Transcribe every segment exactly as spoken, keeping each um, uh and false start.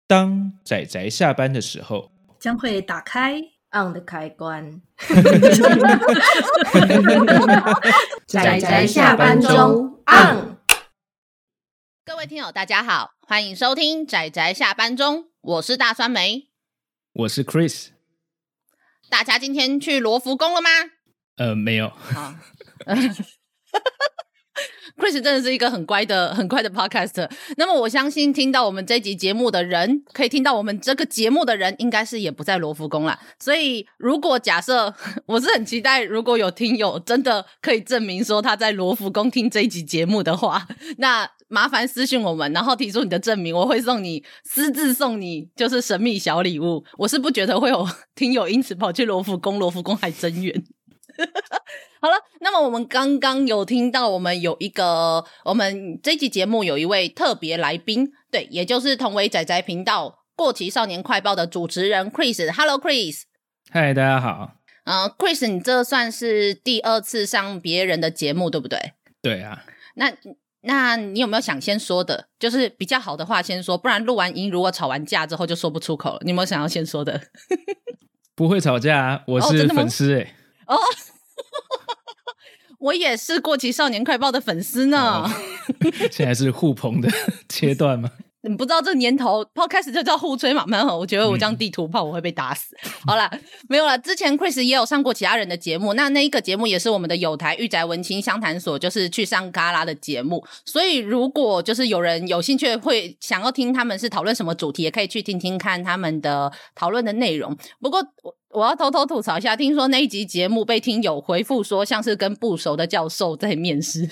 当宅宅下班的时候， 将会打开 on 的开关。宅宅下班中 on。 各位听友大家好，欢迎收听宅宅下班中，我是大酸梅， 我是 Chris。 大家今天去罗浮宫了吗？ 呃，没有。 好Chris 真的是一个很乖的很乖的 podcaster， 那么我相信听到我们这集节目的人，可以听到我们这个节目的人应该是也不在罗浮宫啦，所以如果假设我是很期待如果有听友真的可以证明说他在罗浮宫听这一集节目的话，那麻烦私讯我们，然后提出你的证明，我会送你私自送你就是神秘小礼物。我是不觉得会有听友因此跑去罗浮宫，罗浮宫还真远。好了，那么我们刚刚有听到我们有一个我们这集节目有一位特别来宾，对，也就是同为宅宅频道过期少年快报的主持人 Chris。 Hello Chris。 嗨，大家好。 呃 Chris 你这算是第二次上别人的节目对不对？ 对啊。 那那你有没有想先说的，就是比较好的话先说，不然录完音如果吵完架之后就说不出口了，你有没有想要先说的？ 不会吵架啊，我是粉丝欸。 哦，哦我也是过期少年快报的粉丝呢。 哦、现在是互捧的阶段吗？ 你不知道这年头 podcast 就叫互吹嘛？蛮好，我觉得我这样地图炮我会被打死。嗯、好啦，没有啦，之前 Chris 也有上过其他人的节目，那那一个节目也是我们的友台御宅文青相谈所，就是去上嘎啦的节目，所以如果就是有人有兴趣会想要听他们是讨论什么主题，也可以去听听看他们的讨论的内容。不过我我要偷偷吐槽一下，听说那一集节目被听友回复说像是跟不熟的教授在面试。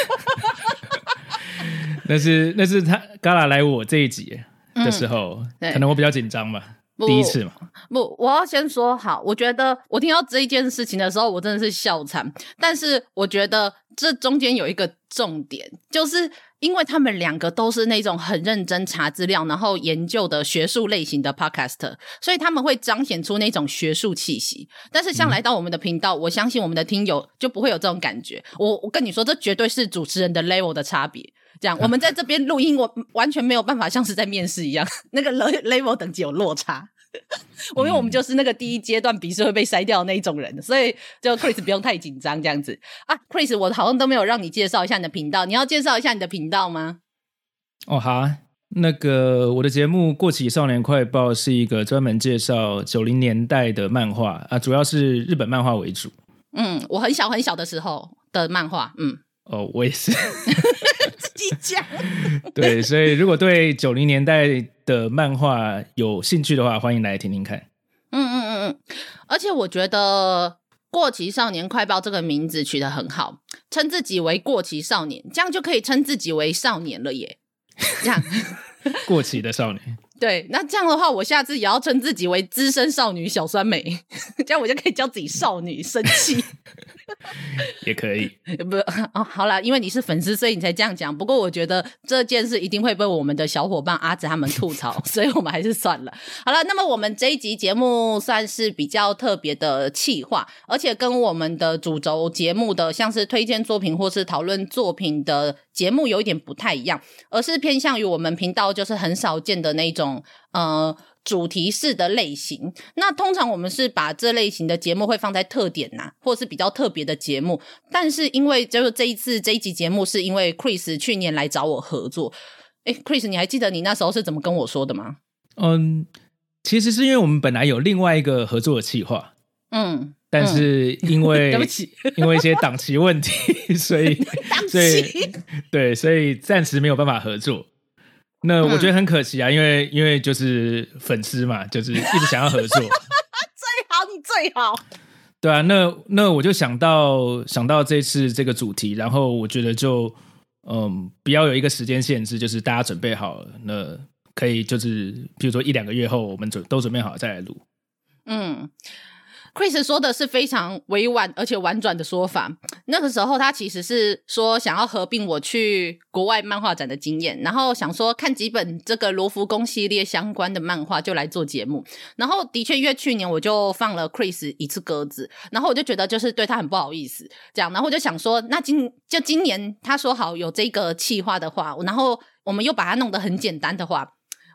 那是那是他嘎啦来我这一集的时候、嗯、可能我比较紧张吧，第一次嘛。 不，我要先说好，我觉得我听到这一件事情的时候我真的是笑惨，但是我觉得这中间有一个重点，就是因为他们两个都是那种很认真查资料然后研究的学术类型的 podcaster， 所以他们会彰显出那种学术气息，但是像来到我们的频道、嗯、我相信我们的听友就不会有这种感觉。我我跟你说，这绝对是主持人的 level 的差别。这样我们在这边录音我完全没有办法像是在面试一样，那个 level 等级有落差。因为我们就是那个第一阶段笔试会被筛掉的那一种人，所以就 Chris 不用太紧张这样子啊。Chris 我好像都没有让你介绍一下你的频道，你要介绍一下你的频道吗？ 哦好啊，那个我的节目过期少年快报是一个专门介绍九零年代的漫画啊，主要是日本漫画为主。 嗯，我很小很小的时候的漫画。嗯， 哦我也是。 自己讲。 对，所以如果对九零年代的漫画有兴趣的话，欢迎来听听看。 嗯嗯嗯嗯，而且我觉得过期少年快报这个名字取得很好，称自己为过期少年，这样就可以称自己为少年了耶。这样过期的少年。 对，那这样的话我下次也要称自己为资深少女小酸梅，这样我就可以叫自己少女生气。 也可以不、哦、好啦，因为你是粉丝所以你才这样讲，不过我觉得这件事一定会被我们的小伙伴阿紫他们吐槽，所以我们还是算了。好了，那么我们这一集节目算是比较特别的企划，而且跟我们的主轴节目的像是推荐作品或是讨论作品的节目有一点不太一样，而是偏向于我们频道就是很少见的那种呃主题式的类型。那通常我们是把这类型的节目会放在特点啊，或是比较特别的节目，但是因为就是这一次这一集节目是因为 Chris 去年来找我合作。诶 Chris 你还记得你那时候是怎么跟我说的吗？ 嗯，其实是因为我们本来有另外一个合作的企划，嗯，但是因为、嗯、 对不起因为一些档期问题所以档期所以对，所以暂时没有办法合作。那我觉得很可惜啊、嗯、因为因为就是粉丝嘛，就是一直想要合作。最好，你最好。 对啊，那那我就想到想到这次这个主题，然后我觉得就嗯不要有一个时间限制，就是大家准备好了，那可以就是比如说一两个月后我们准都准备好再来录。嗯。 Chris 说的是非常委婉而且婉转的说法，那个时候他其实是说想要合并我去国外漫画展的经验，然后想说看几本这个罗浮宫系列相关的漫画就来做节目，然后的确因为去年我就放了 Chris 一次鸽子，然后我就觉得就是对他很不好意思这样，然后我就想说那今就今年他说好有这个企划的话，然后我们又把它弄得很简单的话，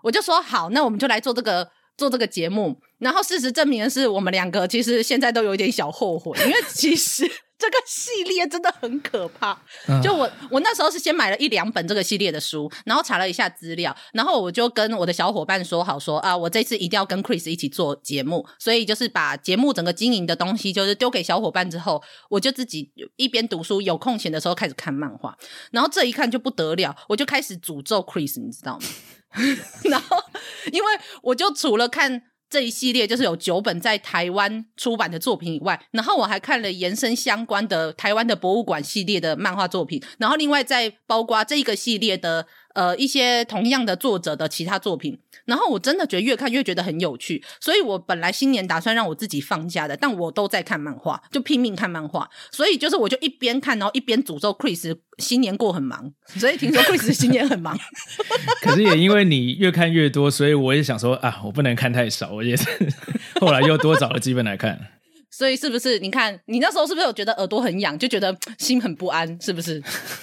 我就说好，那我们就来做这个做这个节目。然后事实证明的是，我们两个其实现在都有一点小后悔，因为其实这个系列真的很可怕。就我我那时候是先买了一两本这个系列的书，然后查了一下资料，然后我就跟我的小伙伴说好说啊，我这次一定要跟 Chris 一起做节目，所以就是把节目整个经营的东西就是丢给小伙伴之后，我就自己一边读书，有空闲的时候开始看漫画，然后这一看就不得了，我就开始诅咒 Chris， 你知道吗？然后因为我就除了看这一系列就是有九本在台湾出版的作品以外，然后我还看了延伸相关的台湾的博物馆系列的漫画作品，然后另外再包括这个系列的呃一些同样的作者的其他作品，然后我真的觉得越看越觉得很有趣，所以我本来新年打算让我自己放假的，但我都在看漫画，就拼命看漫画，所以就是我就一边看然后一边诅咒 Chris 新年过很忙，所以听说 Chris 新年很忙可是也因为你越看越多，所以我也想说啊，我不能看太少，我也是后来又多找了几本来看。 所以是不是你看你那时候是不是有觉得耳朵很痒，就觉得心很不安，是不是？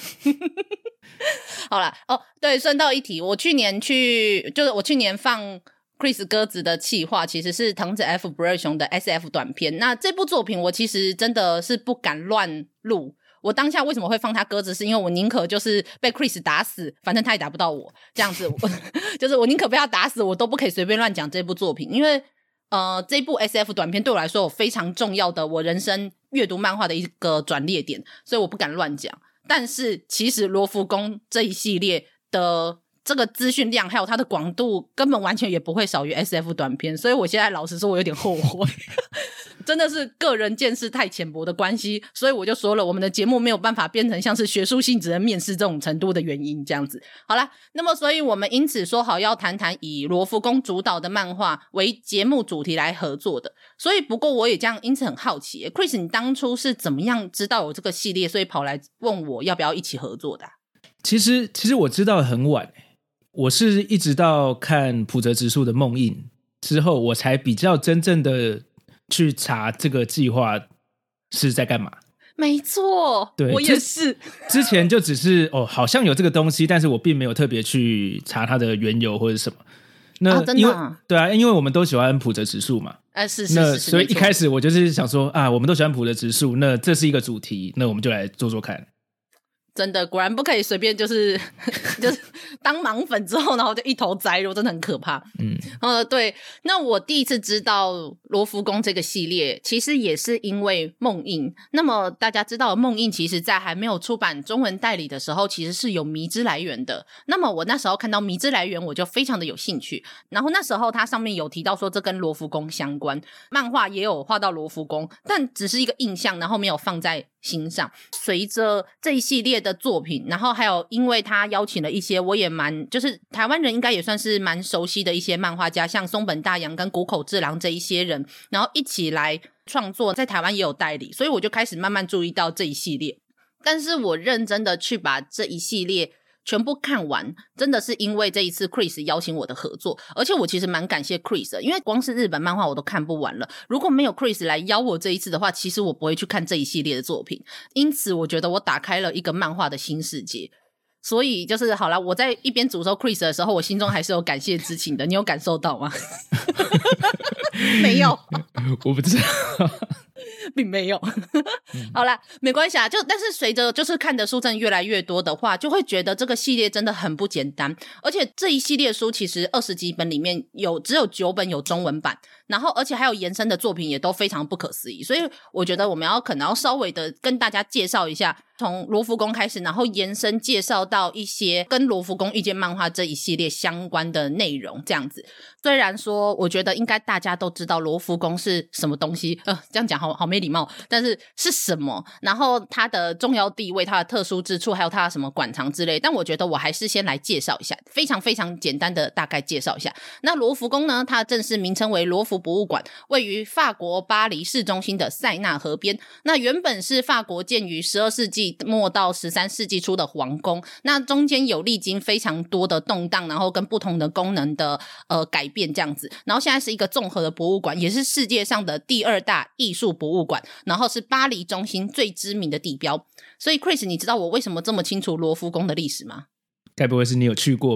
好啦，哦，对，顺道一提，我去年去就是我去年放 Chris 鸽子的企划其实是藤子 F 不二雄的 S F 短片，那这部作品我其实真的是不敢乱录，我当下为什么会放他鸽子，是因为我宁可就是被 Chris 打死，反正他也打不到我这样子我就是我宁可被他打死，我都不可以随便乱讲这部作品，因为呃，这部 S F 短片对我来说有非常重要的我人生阅读漫画的一个转捩点，所以我不敢乱讲。但是其实罗浮宫这一系列的这个资讯量还有它的广度根本完全也不会少于 S F 短片，所以我现在老实说我有点后悔真的是个人见识太浅薄的关系，所以我就说了我们的节目没有办法变成像是学术性质的面试这种程度的原因这样子。好啦，那么所以我们因此说好要谈谈以罗浮宫主导的漫画为节目主题来合作的，所以不过我也这样因此很好奇 Chris 你当初是怎么样知道有这个系列，所以跑来问我要不要一起合作的、啊、 其实其实我知道很晚，我是一直到看浦泽直树的梦印之后，我才比较真正的去查这个计划是在干嘛。 没错， 对， 我也是。 之前就只是哦，好像有这个东西，但是我并没有特别去查它的缘由或者什么。那、 啊、真的、啊？ 对啊，因为我们都喜欢浦泽直树嘛。 呃，是是 是, 那是所以一开始我就是想说啊，我们都喜欢浦泽直树，那这是一个主题，那我们就来做做看。 真的果然不可以随便就是就是当盲粉之后然后就一头栽入，真的很可怕。嗯，呃，对，那我第一次知道罗浮宫这个系列其实也是因为梦印。那么大家知道梦印其实在还没有出版中文代理的时候其实是有迷之来源的，那么我那时候看到迷之来源我就非常的有兴趣，然后那时候它上面有提到说这跟罗浮宫相关，漫画也有画到罗浮宫，但只是一个印象，然后没有放在心上。随着这一系列的作品，然后还有因为他邀请了一些我也蛮就是台湾人应该也算是蛮熟悉的一些漫画家，像松本大洋跟谷口治郎这一些人，然后一起来创作，在台湾也有代理，所以我就开始慢慢注意到这一系列。但是我认真的去把这一系列全部看完，真的是因为这一次 Chris 邀请我的合作，而且我其实蛮感谢 Chris 的，因为光是日本漫画我都看不完了，如果没有 Chris 来邀我这一次的话，其实我不会去看这一系列的作品，因此我觉得我打开了一个漫画的新世界。所以就是好啦，我在一边诅咒 Chris 的时候，我心中还是有感谢之情的，你有感受到吗？没有我不知道并没有好啦，没关系啊，就但是随着就是看的书真的越来越多的话，就会觉得这个系列真的很不简单，而且这一系列书其实二十几本里面有只有九本有中文版，然后而且还有延伸的作品也都非常不可思议，所以我觉得我们要可能要稍微的跟大家介绍一下从罗浮宫开始，然后延伸介绍到一些跟罗浮宫遇见漫画这一系列相关的内容这样子。虽然说我觉得应该大家都知道罗浮宫是什么东西，呃，这样讲好好没礼貌，但是是什么，然后它的重要地位，它的特殊之处，还有它的什么馆藏之类，但我觉得我还是先来介绍一下，非常非常简单的大概介绍一下。那罗浮宫呢，它的正式名称为罗浮博物馆，位于法国巴黎市中心的塞纳河边，那原本是法国建于十二世纪末到十三世纪初的皇宫，那中间有历经非常多的动荡，然后跟不同的功能的呃改变这样子，然后现在是一个综合的博物馆，也是世界上的第二大艺术博物馆，然后是巴黎中心最知名的地标。所以 Chris 你知道我为什么这么清楚罗浮宫的历史吗？ 该不会是你有去过吧？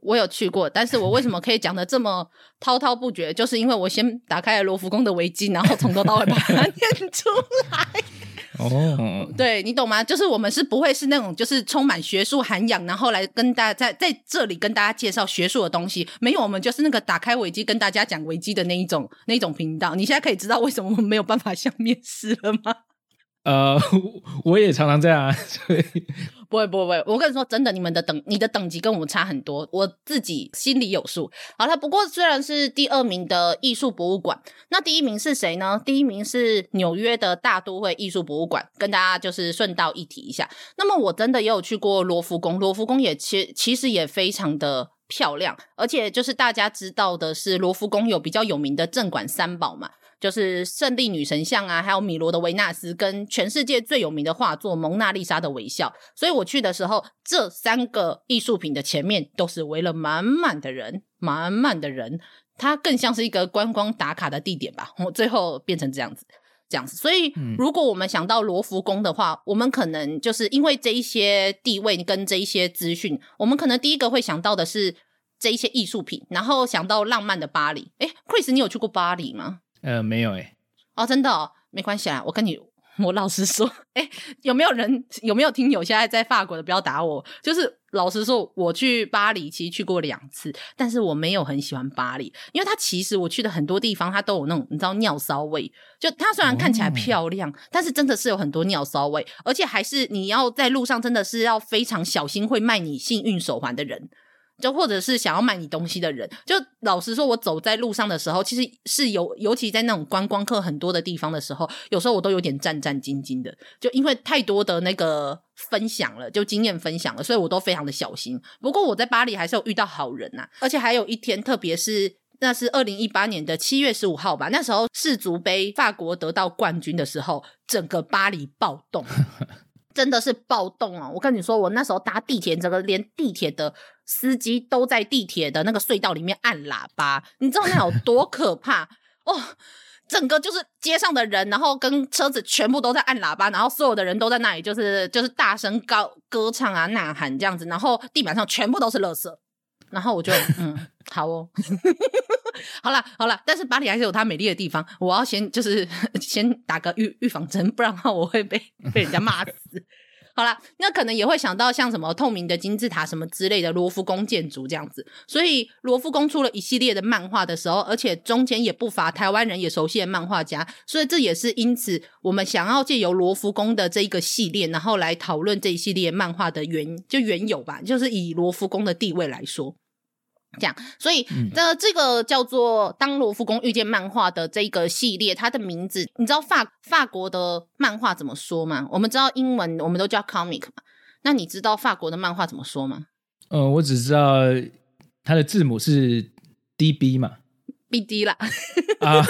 我有去过，但是我为什么可以讲的这么滔滔不绝，就是因为我先打开了罗浮宫的维基，然后从头到尾把它念出来。哦，对，你懂吗？就是我们是不会是那种就是充满学术涵养，然后来跟大家在在这里跟大家介绍学术的东西，没有，我们就是那个打开维基跟大家讲维基的那一种那一种频道。你现在可以知道为什么我们没有办法像面试了吗？ 呃，我也常常这样啊，所以不会不会不会，我跟你说真的，你们的等你的等级跟我们差很多，我自己心里有数。好了，不过虽然是第二名的艺术博物馆，那第一名是谁呢？第一名是纽约的大都会艺术博物馆，跟大家就是顺道一提一下。那么我真的也有去过罗浮宫，罗浮宫也其其实也非常的漂亮，而且就是大家知道的是罗浮宫有比较有名的镇馆三宝嘛，就是胜利女神像啊，还有米罗的维纳斯，跟全世界最有名的画作蒙娜丽莎的微笑。所以我去的时候，这三个艺术品的前面都是围了满满的人，满满的人，它更像是一个观光打卡的地点吧。我最后变成这样子这样子，所以如果我们想到罗浮宫的话，我们可能就是因为这一些地位跟这一些资讯，我们可能第一个会想到的是这一些艺术品，然后想到浪漫的巴黎。诶 Chris 你有去过巴黎吗？ 呃，没有诶、欸。 哦，真的哦，没关系啦，我跟你，我老实说，诶，有没有人有没有听友现在在法国的不要打我？就是老实说，我去巴黎其实去过两次，但是我没有很喜欢巴黎，因为它其实我去的很多地方，它都有那种你知道尿骚味，就它虽然看起来漂亮，哦、但是真的是有很多尿骚味，而且还是你要在路上真的是要非常小心，会卖你幸运手环的人。就或者是想要买你东西的人，就老实说我走在路上的时候，其实是有尤其在那种观光客很多的地方的时候，有时候我都有点战战兢兢的，就因为太多的那个分享了，就经验分享了，所以我都非常的小心。不过我在巴黎还是有遇到好人啊，而且还有一天特别是那是二零一八年的七月十五号吧，那时候世足杯法国得到冠军的时候，整个巴黎暴动真的是暴动哦！我跟你说，我那时候搭地铁，整个连地铁的司机都在地铁的那个隧道里面按喇叭，你知道那有多可怕哦！整个就是街上的人，然后跟车子全部都在按喇叭，然后所有的人都在那里就是就是大声高歌唱啊、呐喊这样子，然后地板上全部都是垃圾，然后我就嗯，好哦。好啦好啦，但是巴黎还是有它美丽的地方，我要先就是先打个预预防针，不然的话我会被被人家骂死。好啦，那可能也会想到像什么透明的金字塔什么之类的罗浮宫建筑这样子，所以罗浮宫出了一系列的漫画的时候，而且中间也不乏台湾人也熟悉的漫画家，所以这也是因此我们想要借由罗浮宫的这一个系列，然后来讨论这一系列漫画的原就缘由吧，就是以罗浮宫的地位来说这样，所以这、嗯、这个叫做当罗浮宫遇见漫画的这个系列，它的名字你知道法法国的漫画怎么说吗？我们知道英文我们都叫 comic 嘛，那你知道法国的漫画怎么说吗？ 呃，我只知道它的字母是 D B 嘛 B D 啦啊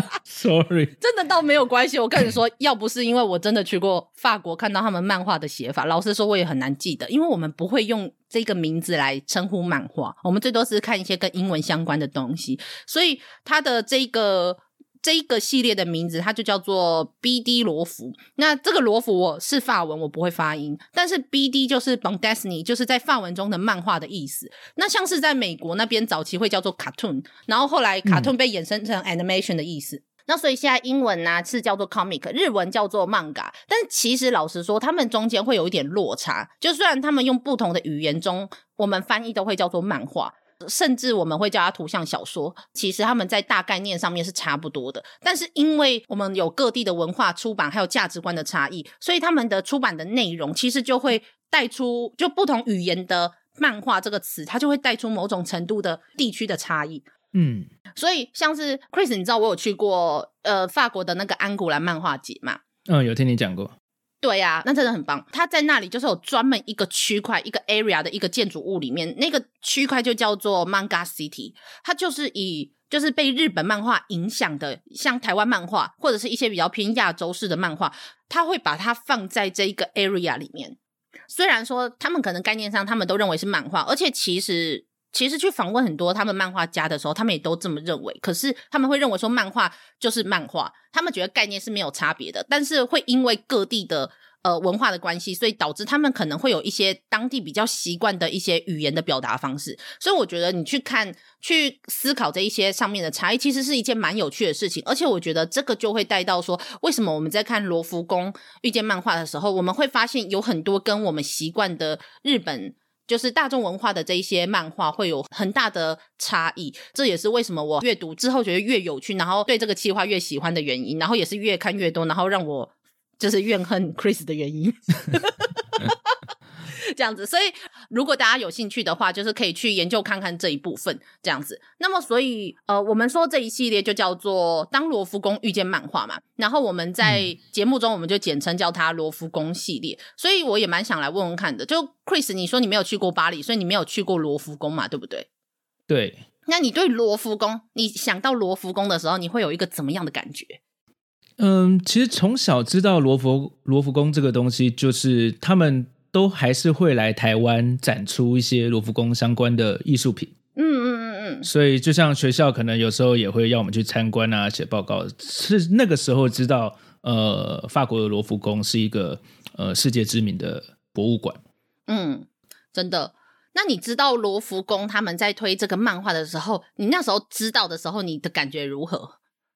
，sorry， 真的倒没有关系。我跟你说，要不是因为我真的去过法国，看到他们漫画的写法，老实说我也很难记得，因为我们不会用这个名字来称呼漫画，我们最多是看一些跟英文相关的东西，所以它的这个这一个系列的名字它就叫做 B D 罗浮。那这个罗浮我是法文我不会发音，但是 B D 就是 Bande Dessinée， 就是在法文中的漫画的意思。那像是在美国那边早期会叫做 cartoon， 然后后来 cartoon 被衍生成 animation 的意思、嗯，那所以现在英文啊是叫做 comic， 日文叫做 manga， 但是其实老实说他们中间会有一点落差，就虽然他们用不同的语言中我们翻译都会叫做漫画，甚至我们会叫它图像小说，其实他们在大概念上面是差不多的，但是因为我们有各地的文化出版还有价值观的差异，所以他们的出版的内容其实就会带出就不同语言的漫画这个词，它就会带出某种程度的地区的差异。嗯，所以像是 Chris 你知道我有去过呃法国的那个安古兰漫画节嘛？ 嗯，有听你讲过。 对啊，那真的很棒。他在那里就是有专门一个区块一个 area 的一个建筑物里面，那个区块就叫做 Manga City， 它就是以就是被日本漫画影响的，像台湾漫画或者是一些比较偏亚洲式的漫画，他会把它放在这一个 area 里面。虽然说他们可能概念上他们都认为是漫画，而且其实其实去访问很多他们漫画家的时候他们也都这么认为，可是他们会认为说漫画就是漫画，他们觉得概念是没有差别的，但是会因为各地的呃文化的关系，所以导致他们可能会有一些当地比较习惯的一些语言的表达方式。所以我觉得你去看去思考这一些上面的差异，其实是一件蛮有趣的事情。而且我觉得这个就会带到说，为什么我们在看罗浮宫遇见漫画的时候，我们会发现有很多跟我们习惯的日本就是大众文化的这一些漫画会有很大的差异，这也是为什么我阅读之后觉得越有趣，然后对这个企划越喜欢的原因，然后也是越看越多，然后让我就是怨恨 Chris 的原因这样子。所以如果大家有兴趣的话，就是可以去研究看看这一部分这样子。那么所以呃，我们说这一系列就叫做当罗浮宫遇见漫画嘛，然后我们在节目中我们就简称叫它罗浮宫系列。所以我也蛮想来问问看的，就 Chris 你说你没有去过巴黎，所以你没有去过罗浮宫嘛，对不对？ 对。 那你对罗浮宫，你想到罗浮宫的时候，你会有一个怎么样的感觉？ 嗯，其实从小知道罗浮罗浮宫这个东西，就是他们都还是会来台湾展出一些罗浮宫相关的艺术品。 嗯嗯嗯嗯。 所以就像学校可能有时候也会要我们去参观啊，写报告，是那个时候知道呃，法国的罗浮宫是一个呃世界知名的博物馆。 嗯，真的。那你知道罗浮宫他们在推这个漫画的时候，你那时候知道的时候，你的感觉如何？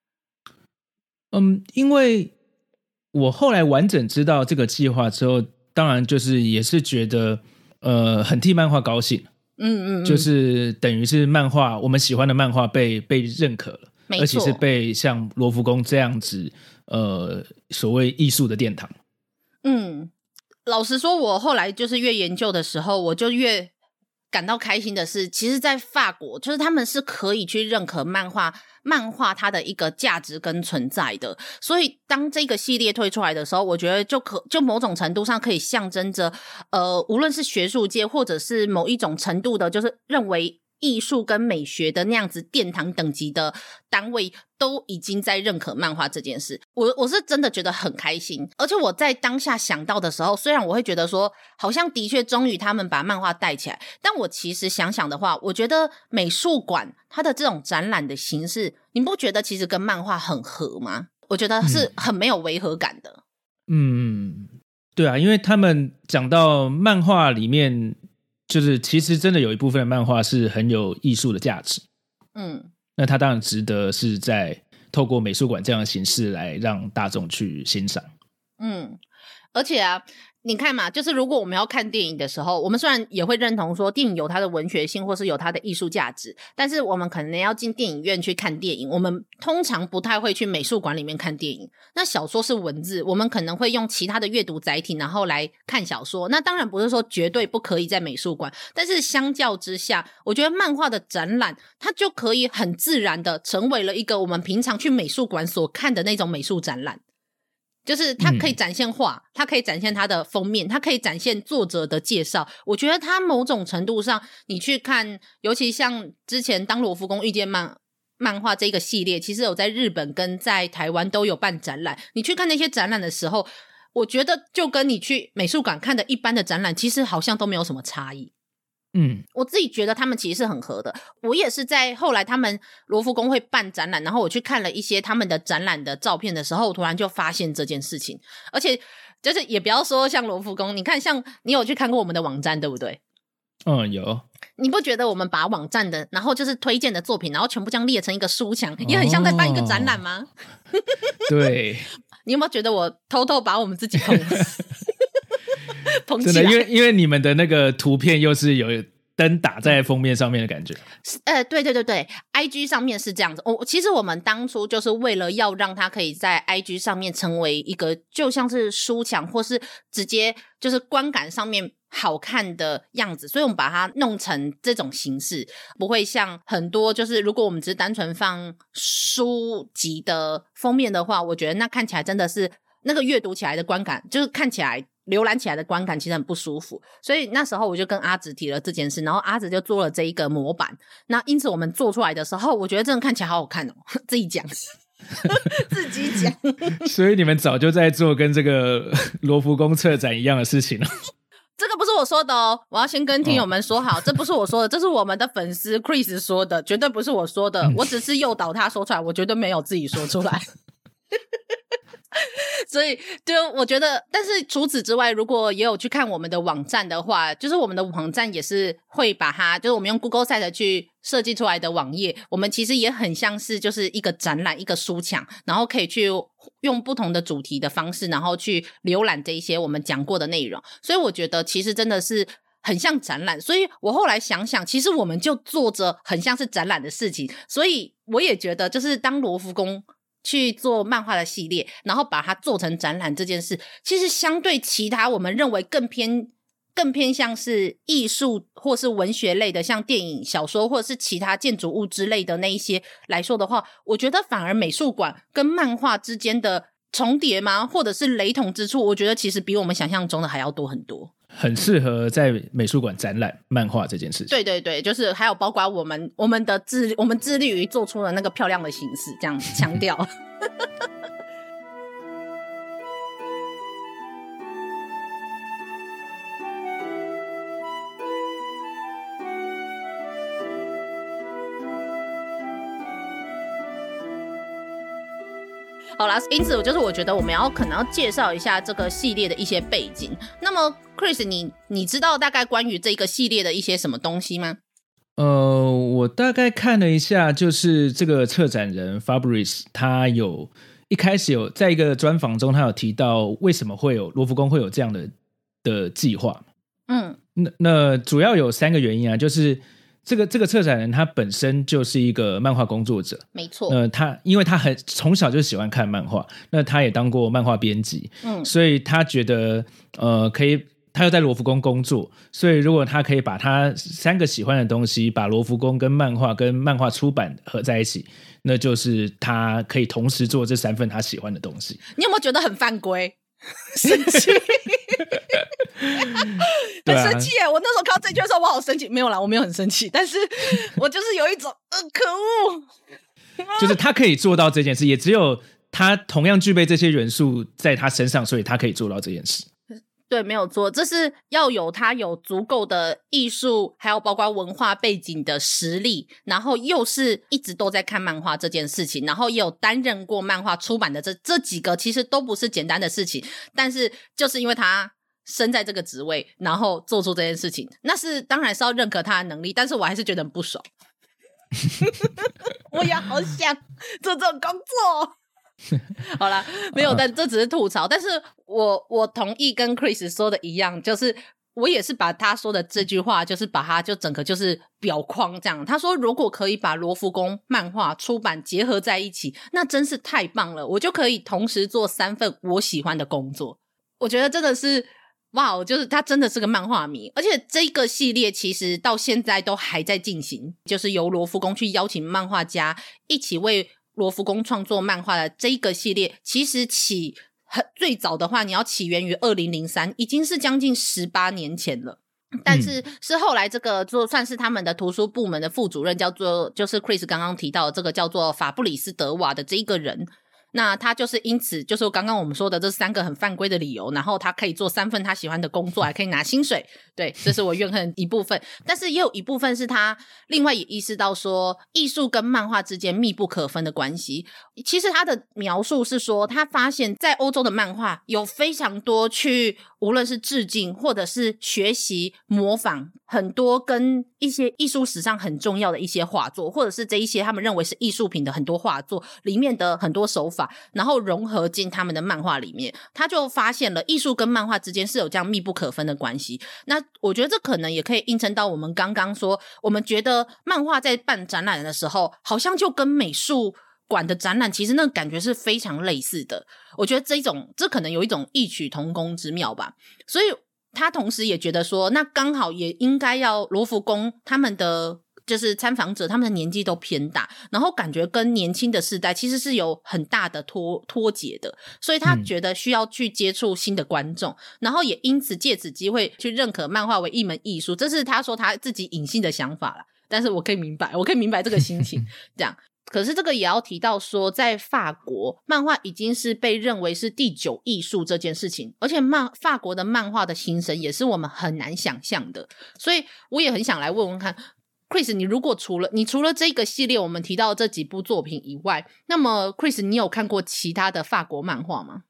嗯，因为我后来完整知道这个计划之后，当然就是也是觉得呃很替漫画高兴。 嗯嗯嗯， 就是等于是漫画我们喜欢的漫画被被认可了，而且是被像罗浮宫这样子呃所谓艺术的殿堂。 嗯，老实说，我后来就是越研究的时候，我就越感到开心的是，其实在法国就是他们是可以去认可漫画漫画它的一个价值跟存在的。所以当这个系列推出来的时候，我觉得就可就某种程度上可以象征着呃，无论是学术界或者是某一种程度的就是认为艺术跟美学的那样子殿堂等级的单位都已经在认可漫画这件事，我我是真的觉得很开心。而且我在当下想到的时候，虽然我会觉得说好像的确终于他们把漫画带起来，但我其实想想的话，我觉得美术馆它的这种展览的形式，你不觉得其实跟漫画很合吗？我觉得是很没有违和感的。 嗯，对啊，因为他们讲到漫画里面就是其实真的有一部分的漫画是很有艺术的价值。嗯，那它当然值得是在透过美术馆这样的形式来让大众去欣赏。 嗯，而且啊你看嘛，就是如果我们要看电影的时候，我们虽然也会认同说电影有它的文学性或是有它的艺术价值，但是我们可能要进电影院去看电影，我们通常不太会去美术馆里面看电影。那小说是文字，我们可能会用其他的阅读载体然后来看小说，那当然不是说绝对不可以在美术馆，但是相较之下，我觉得漫画的展览它就可以很自然的成为了一个我们平常去美术馆所看的那种美术展览。就是它可以展现画、嗯、它可以展现它的封面，它可以展现作者的介绍。我觉得它某种程度上你去看，尤其像之前当罗浮宫遇见漫漫画这个系列，其实有在日本跟在台湾都有办展览，你去看那些展览的时候，我觉得就跟你去美术馆看的一般的展览其实好像都没有什么差异。嗯，我自己觉得他们其实是很合的。我也是在后来他们罗浮宫会办展览，然后我去看了一些他们的展览的照片的时候，我突然就发现这件事情。而且就是也不要说像罗浮宫，你看像你有去看过我们的网站对不对？ 嗯，有。 你不觉得我们把网站的然后就是推荐的作品然后全部这样列成一个书墙，也很像在办一个展览吗？对。你有没有觉得我偷偷把我们自己捧捧起来？ 真的，因为因为你们的那个图片又是有灯打在封面上面的感觉。 呃，对对对对 I G 上面是这样子。我其实我们当初就是为了要让它可以在 I G 上面成为一个就像是书墙或是直接就是观感上面好看的样子，所以我们把它弄成这种形式，不会像很多就是如果我们只是单纯放书籍的封面的话，我觉得那看起来真的是那个阅读起来的观感，就是看起来浏览起来的观感其实很不舒服。所以那时候我就跟阿直提了这件事，然后阿直就做了这一个模板。那因此我们做出来的时候，我觉得真的看起来好好看哦，自己讲自己讲。 所以你们早就在做跟这个罗浮宫策展一样的事情了。 这个不是我说的哦，我要先跟听友们说好、哦、这不是我说的，这是我们的粉丝 Chris 说的，绝对不是我说的、嗯、我只是诱导他说出来，我绝对没有自己说出来。 所以就我觉得，但是除此之外，如果也有去看我们的网站的话，就是我们的网站也是会把它，就是我们用 Google Site 去设计出来的网页，我们其实也很像是就是一个展览，一个书墙，然后可以去用不同的主题的方式，然后去浏览这一些我们讲过的内容。所以我觉得其实真的是很像展览，所以我后来想想，其实我们就做着很像是展览的事情，所以我也觉得就是当罗浮宫去做漫画的系列，然后把它做成展览这件事，其实相对其他我们认为更偏更偏向是艺术或是文学类的，像电影、小说或者是其他建筑物之类的那一些来说的话，我觉得反而美术馆跟漫画之间的重叠吗，或者是雷同之处，我觉得其实比我们想象中的还要多很多， 很适合在美术馆展览漫画这件事情。 对对对，就是还有包括我们我们的致我们致力于做出了那个漂亮的形式，这样强调。好啦，因此就是我觉得我们要可能要介绍一下这个系列的一些背景。那么 Chris 你你知道大概关于这个系列的一些什么东西吗？ 呃，我大概看了一下，就是这个策展人 Fabrice 他有一开始有在一个专访中他有提到为什么会有罗浮宫会有这样的的计划。 嗯， 那那主要有三个原因啊，就是这个这个策展人他本身就是一个漫画工作者， 没错。 呃，他因为他很从小就喜欢看漫画，那他也当过漫画编辑，嗯，所以他觉得呃可以，他又在罗浮宫工作，所以如果他可以把他三个喜欢的东西，把罗浮宫跟漫画跟漫画出版合在一起，那就是他可以同时做这三份他喜欢的东西。 你有没有觉得很犯规？生气。很生气耶！我那时候看到这句的时候我好生气，没有啦，我没有很生气，但是我就是有一种呃可恶， 就是他可以做到这件事，也只有他同样具备这些元素在他身上，所以他可以做到这件事。 对，没有错，这是要有他有足够的艺术还有包括文化背景的实力，然后又是一直都在看漫画这件事情，然后也有担任过漫画出版的这这几个其实都不是简单的事情，但是就是因为他身在这个职位然后做出这件事情，那是当然是要认可他的能力，但是我还是觉得很不爽。我也好想做这种工作。好啦，没有，但这只是吐槽。但是我我同意跟 Chris 说的一样，就是我也是把他说的这句话，就是把他就整个就是表框这样。他说如果可以把罗浮宫漫画出版结合在一起，那真是太棒了，我就可以同时做三份我喜欢的工作。我觉得真的是哇，就是他真的是个漫画迷，而且这个系列其实到现在都还在进行，就是由罗浮宫去邀请漫画家一起为罗浮宫创作漫画的这一个系列，其实起很最早的话你要起源于二零零三，已经是将近十八年前了。但是是后来这个就算是他们的图书部门的副主任，叫做就是 Chris 刚刚提到的这个叫做法布里斯德瓦的这一个人，那他就是因此就是刚刚我们说的这三个很犯规的理由，然后他可以做三份他喜欢的工作，还可以拿薪水，对，这是我怨恨一部分。但是也有一部分是他另外也意识到说艺术跟漫画之间密不可分的关系。其实他的描述是说他发现在欧洲的漫画有非常多去无论是致敬或者是学习模仿很多跟一些艺术史上很重要的一些画作，或者是这一些他们认为是艺术品的很多画作里面的很多手法，然后融合进他们的漫画里面，他就发现了艺术跟漫画之间是有这样密不可分的关系。那我觉得这可能也可以映衬到我们刚刚说我们觉得漫画在办展览的时候好像就跟美术馆的展览其实那个感觉是非常类似的，我觉得这种这可能有一种异曲同工之妙吧。所以他同时也觉得说那刚好也应该要罗浮宫他们的就是参访者他们的年纪都偏大，然后感觉跟年轻的世代其实是有很大的脱脱节的，所以他觉得需要去接触新的观众、嗯、然后也因此借此机会去认可漫画为一门艺术，这是他说他自己隐性的想法啦，但是我可以明白我可以明白这个心情这样。可是这个也要提到说在法国漫画已经是被认为是第九艺术这件事情，而且漫法国的漫画的形成也是我们很难想象的，所以我也很想来问问看Chris， 你如果除了你除了这个系列我们提到这几部作品以外，那么 Chris 你有看过其他的法国漫画吗？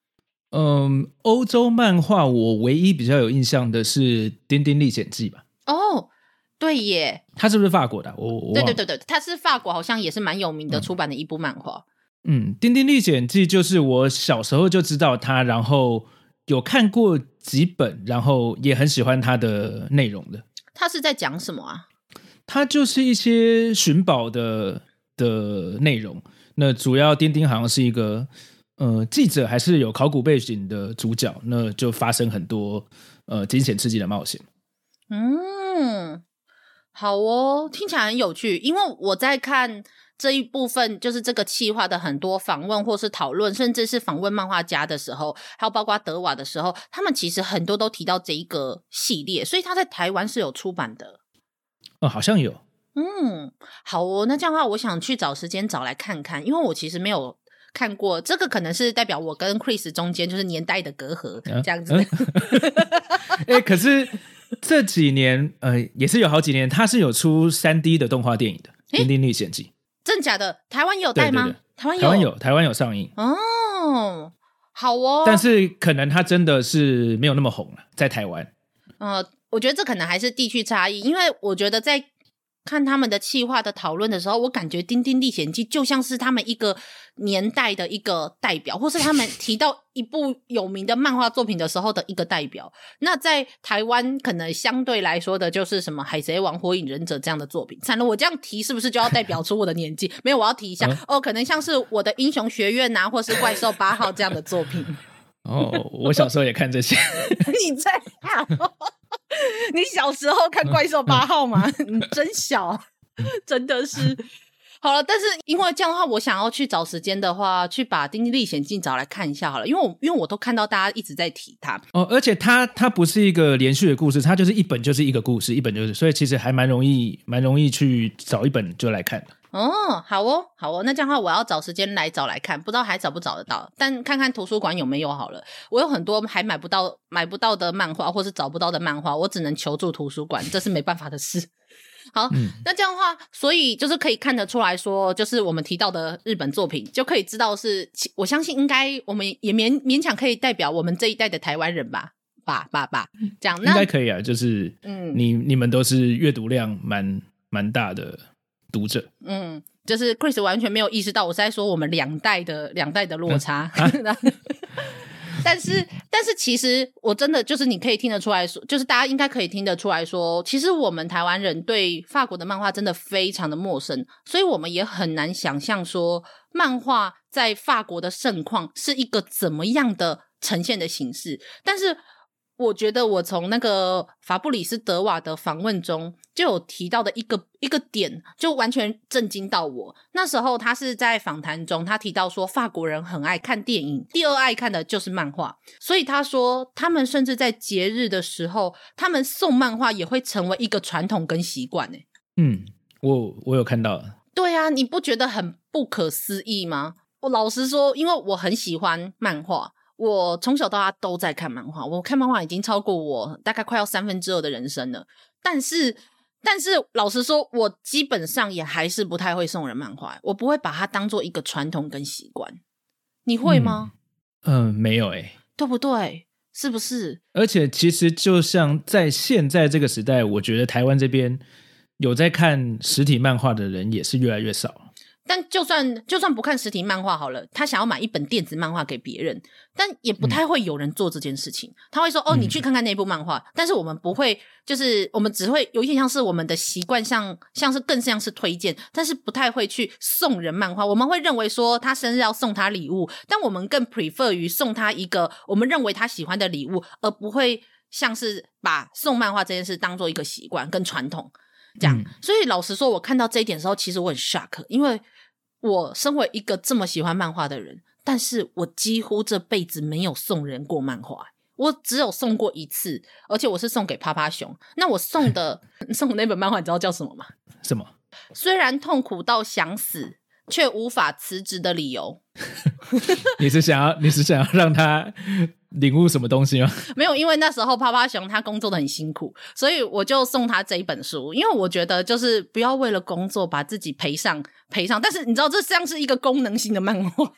嗯，欧洲漫画我唯一比较有印象的是《丁丁历险记》吧。 哦，对耶， 它是不是法国的、啊？我我对对对对，它是法国好像也是蛮有名的出版的一部漫画。 嗯，《丁丁历险记》就是我小时候就知道它，然后有看过几本，然后也很喜欢它的内容的。 它是在讲什么啊？ 它就是一些寻宝的的内容。那主要丁丁好像是一个呃记者，还是有考古背景的主角，那就发生很多呃惊险刺激的冒险。 嗯，好哦，听起来很有趣。因为我在看这一部分，就是这个企划的很多访问或是讨论，甚至是访问漫画家的时候，还有包括德瓦的时候，他们其实很多都提到这一个系列，所以他在台湾是有出版的。 哦，好像有。 嗯，好哦，那这样的话，我想去找时间找来看看，因为我其实没有看过，这个可能是代表我跟 Chris 中间就是年代的隔阂、嗯、这样子。哎、 嗯欸，可是这几年呃也是有好几年，它是有出 三 D 的动画电影的《丁丁历险记》。 真假的？台湾也有带吗？ 对对对， 台湾有， 台湾有，台湾有上映。 哦，好哦。 但是可能它真的是没有那么红了，在台湾。 呃，我觉得这可能还是地区差异，因为我觉得在看他们的企划的讨论的时候，我感觉《丁丁历险记》就像是他们一个年代的一个代表，或是他们提到一部有名的漫画作品的时候的一个代表。那在台湾可能相对来说的就是什么《海贼王》《火影忍者》这样的作品。惨了，我这样提是不是就要代表出我的年纪？没有，我要提一下、嗯、哦，可能像是我的《英雄学院》啊，或是《怪兽八号》这样的作品。 哦，我小时候也看这些。 你在看？你小时候看怪兽八号吗？你真小，真的是。好了，但是因为这样的话，我想要去找时间的话，去把《丁丁历险记》找来看一下好了，因为我因为我都看到大家一直在提它哦，而且它它不是一个连续的故事，它就是一本就是一个故事，一本就是，所以其实还蛮容易蛮容易去找一本就来看的。 哦，好哦，好哦，那这样的话我要找时间来找来看，不知道还找不找得到，但看看图书馆有没有好了。我有很多还买不到买不到的漫画，或是找不到的漫画，我只能求助图书馆，这是没办法的事。好、嗯，那这样的话，所以就是可以看得出来说，就是我们提到的日本作品，就可以知道是，我相信应该我们也勉勉强可以代表我们这一代的台湾人吧，吧吧吧，这样那应该可以啊，就是嗯，你你们都是阅读量蛮蛮大的读者， 嗯，就是 Chris 完全没有意识到我是在说我们两代的两代的落差。嗯啊但是但是其实我真的就是你可以听得出来说，就是大家应该可以听得出来说，其实我们台湾人对法国的漫画真的非常的陌生，所以我们也很难想象说漫画在法国的盛况是一个怎么样的呈现的形式。但是我觉得我从那个法布里斯德瓦的访问中就有提到的一个一个点，就完全震惊到我。那时候他是在访谈中，他提到说法国人很爱看电影，第二爱看的就是漫画，所以他说他们甚至在节日的时候，他们送漫画也会成为一个传统跟习惯。 嗯，我我有看到。 对啊，你不觉得很不可思议吗？我老实说，因为我很喜欢漫画，我从小到大都在看漫画，我看漫画已经超过我大概快要三分之二的人生了。但是，但是老实说，我基本上也还是不太会送人漫画，我不会把它当做一个传统跟习惯。你会吗？ 嗯，呃、没有诶、欸， 对不对？是不是？ 而且其实就像在现在这个时代，我觉得台湾这边有在看实体漫画的人也是越来越少。 但就算就算不看实体漫画好了，他想要买一本电子漫画给别人，但也不太会有人做这件事情。嗯、他会说：“哦，你去看看那部漫画。嗯”但是我们不会，就是我们只会有一点像是我们的习惯，像像是更像是推荐，但是不太会去送人漫画。我们会认为说他生日要送他礼物，但我们更 prefer 于送他一个我们认为他喜欢的礼物，而不会像是把送漫画这件事当做一个习惯跟传统。这样、嗯，所以老实说，我看到这一点的时候，其实我很 shock， 因为我身为一个这么喜欢漫画的人，但是我几乎这辈子没有送人过漫画，我只有送过一次，而且我是送给趴趴熊。那我送的送的那本漫画，你知道叫什么吗？ 什么？ 虽然痛苦到想死，却无法辞职的理由。 你是想要，你是想要让他领悟什么东西吗？ 没有，因为那时候趴趴熊他工作的很辛苦，所以我就送他这一本书，因为我觉得就是不要为了工作把自己赔上赔上，但是你知道这像是一个功能性的漫画。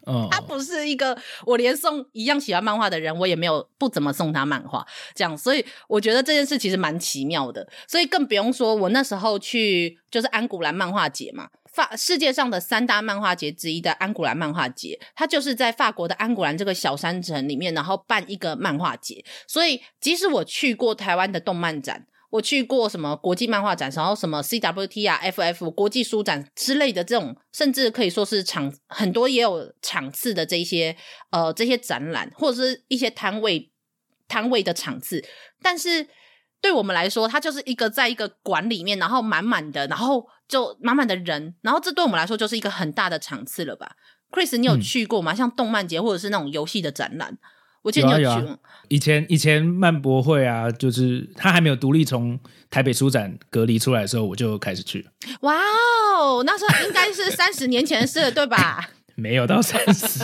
哦， 他不是一个我连送一样喜欢漫画的人，我也没有不怎么送他漫画这样，所以我觉得这件事其实蛮奇妙的。所以更不用说我那时候去就是安古兰漫画节嘛，法世界上的三大漫画节之一的安古兰漫画节，它就是在法国的安古兰这个小山城里面，然后办一个漫画节。所以即使我去过台湾的动漫展，我去过什么国际漫画展，然后什么 C W T 啊 F F 国际书展之类的这种，甚至可以说是场很多也有场次的这些呃这些展览，或者是一些摊位摊位的场次，但是对我们来说它就是一个在一个馆里面，然后满满的，然后就满满的人，然后这对我们来说就是一个很大的场次了吧。 Chris 你有去过吗、嗯、像动漫节或者是那种游戏的展览？我记得你有去、 有啊有啊、以前以前漫博会啊，就是他还没有独立从台北书展隔离出来的时候，我就开始去。 哇哦，那时候应该是三十年前的事了对吧？ 没有到三十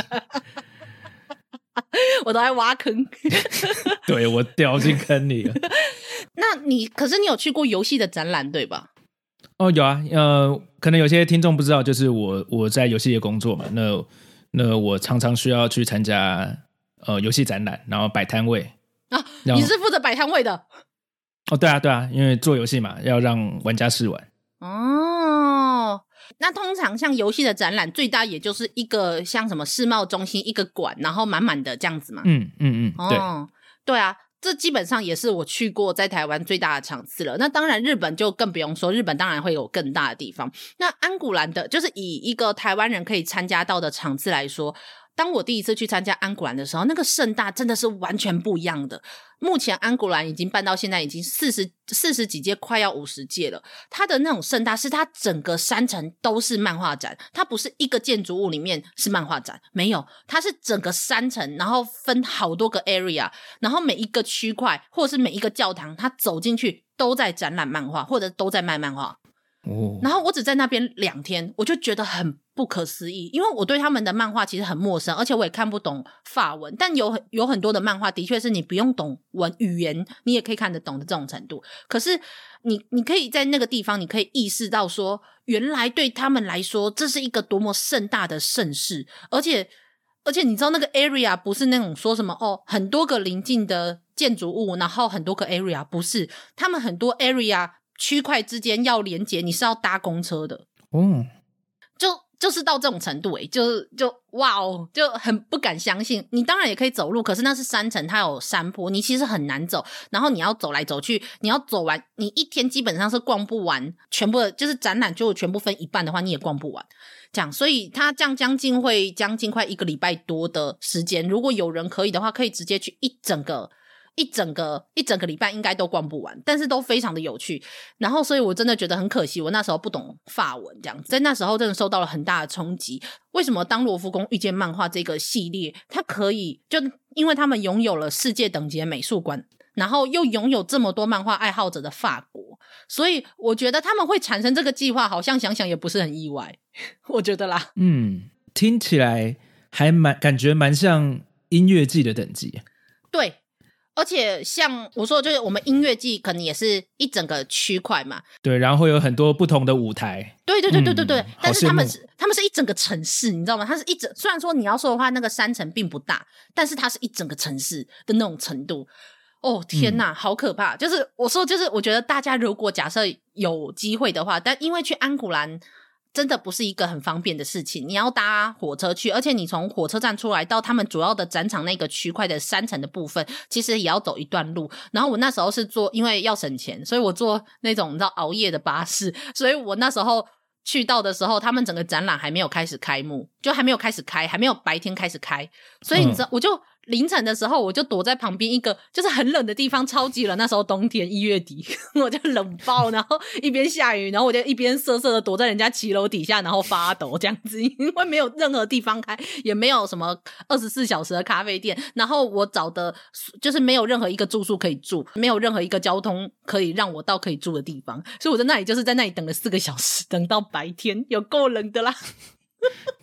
我都在挖坑对，我掉进坑里了那你可是你有去过游戏的展览对吧？ 哦，有啊，呃，可能有些听众不知道，就是我我在游戏业工作嘛，那那我常常需要去参加呃游戏展览，然后摆摊位啊。你是负责摆摊位的？ 哦，对啊对啊，因为做游戏嘛，要让玩家试玩。 哦，那通常像游戏的展览，最大也就是一个像什么世贸中心一个馆，然后满满的这样子嘛。 嗯嗯嗯，对、 哦、对啊，这基本上也是我去过在台湾最大的场次了。那当然日本就更不用说，日本当然会有更大的地方。那安古兰的就是以一个台湾人可以参加到的场次来说，当我第一次去参加安古兰的时候，那个盛大真的是完全不一样的。目前安古兰已经办到现在已经四十四十几届，快要五十届了。它的那种盛大是它整个山城都是漫画展，它不是一个建筑物里面是漫画展，没有，它是整个山城，然后分好多个 area， 然后每一个区块或者是每一个教堂，它走进去都在展览漫画或者都在卖漫画。 哦， 然后我只在那边两天，我就觉得很不可思议，因为我对他们的漫画其实很陌生，而且我也看不懂法文，但有有很多的漫画的确是你不用懂文语言你也可以看得懂的这种程度。可是你你可以在那个地方你可以意识到说，原来对他们来说这是一个多么盛大的盛事，而且而且你知道那个 area 不是那种说什么哦很多个邻近的建筑物然后很多个 area， 不是，他们很多 area区块之间要连接，你是要搭公车的哦， 就就是到这种程度诶，就就哇哦，就很不敢相信。你当然也可以走路，可是那是山城，它有山坡，你其实很难走，然后你要走来走去，你要走完，你一天基本上是逛不完全部的，就是展览就全部分一半的话你也逛不完这样，所以它这样将近会将近快一个礼拜多的时间，如果有人可以的话可以直接去一整个一整个一整个礼拜应该都逛不完，但是都非常的有趣。然后所以我真的觉得很可惜，我那时候不懂法文这样，在那时候真的受到了很大的冲击。为什么当罗浮宫遇见漫画这个系列它可以，就因为他们拥有了世界等级的美术馆，然后又拥有这么多漫画爱好者的法国，所以我觉得他们会产生这个计划好像想想也不是很意外我觉得啦。 嗯，听起来还蛮感觉蛮像音乐季的等级。 对，而且像我说的就是我们音乐季可能也是一整个区块嘛， 对，然后会有很多不同的舞台， 对对对对对对、嗯、但是他们是他们是一整个城市你知道吗，它是一整，虽然说你要说的话那个山城并不大，但是它是一整个城市的那种程度。哦天哪、嗯、好可怕，就是我说就是我觉得大家如果假设有机会的话，但因为去安古兰真的不是一个很方便的事情，你要搭火车去，而且你从火车站出来到他们主要的展场那个区块的山城的部分其实也要走一段路，然后我那时候是坐，因为要省钱所以我坐那种你知道熬夜的巴士，所以我那时候去到的时候他们整个展览还没有开始开幕，就还没有开始开，还没有白天开始开，所以你知道、嗯、我就凌晨的时候我就躲在旁边一个就是很冷的地方，超级冷，那时候冬天一月底我就冷爆，然后一边下雨，然后我就一边瑟瑟的躲在人家骑楼底下然后发抖这样子，因为没有任何地方开，也没有什么二十四小时的咖啡店，然后我找的就是没有任何一个住宿可以住，没有任何一个交通可以让我到可以住的地方，所以我在那里就是在那里等了四个小时，等到白天，有够冷的啦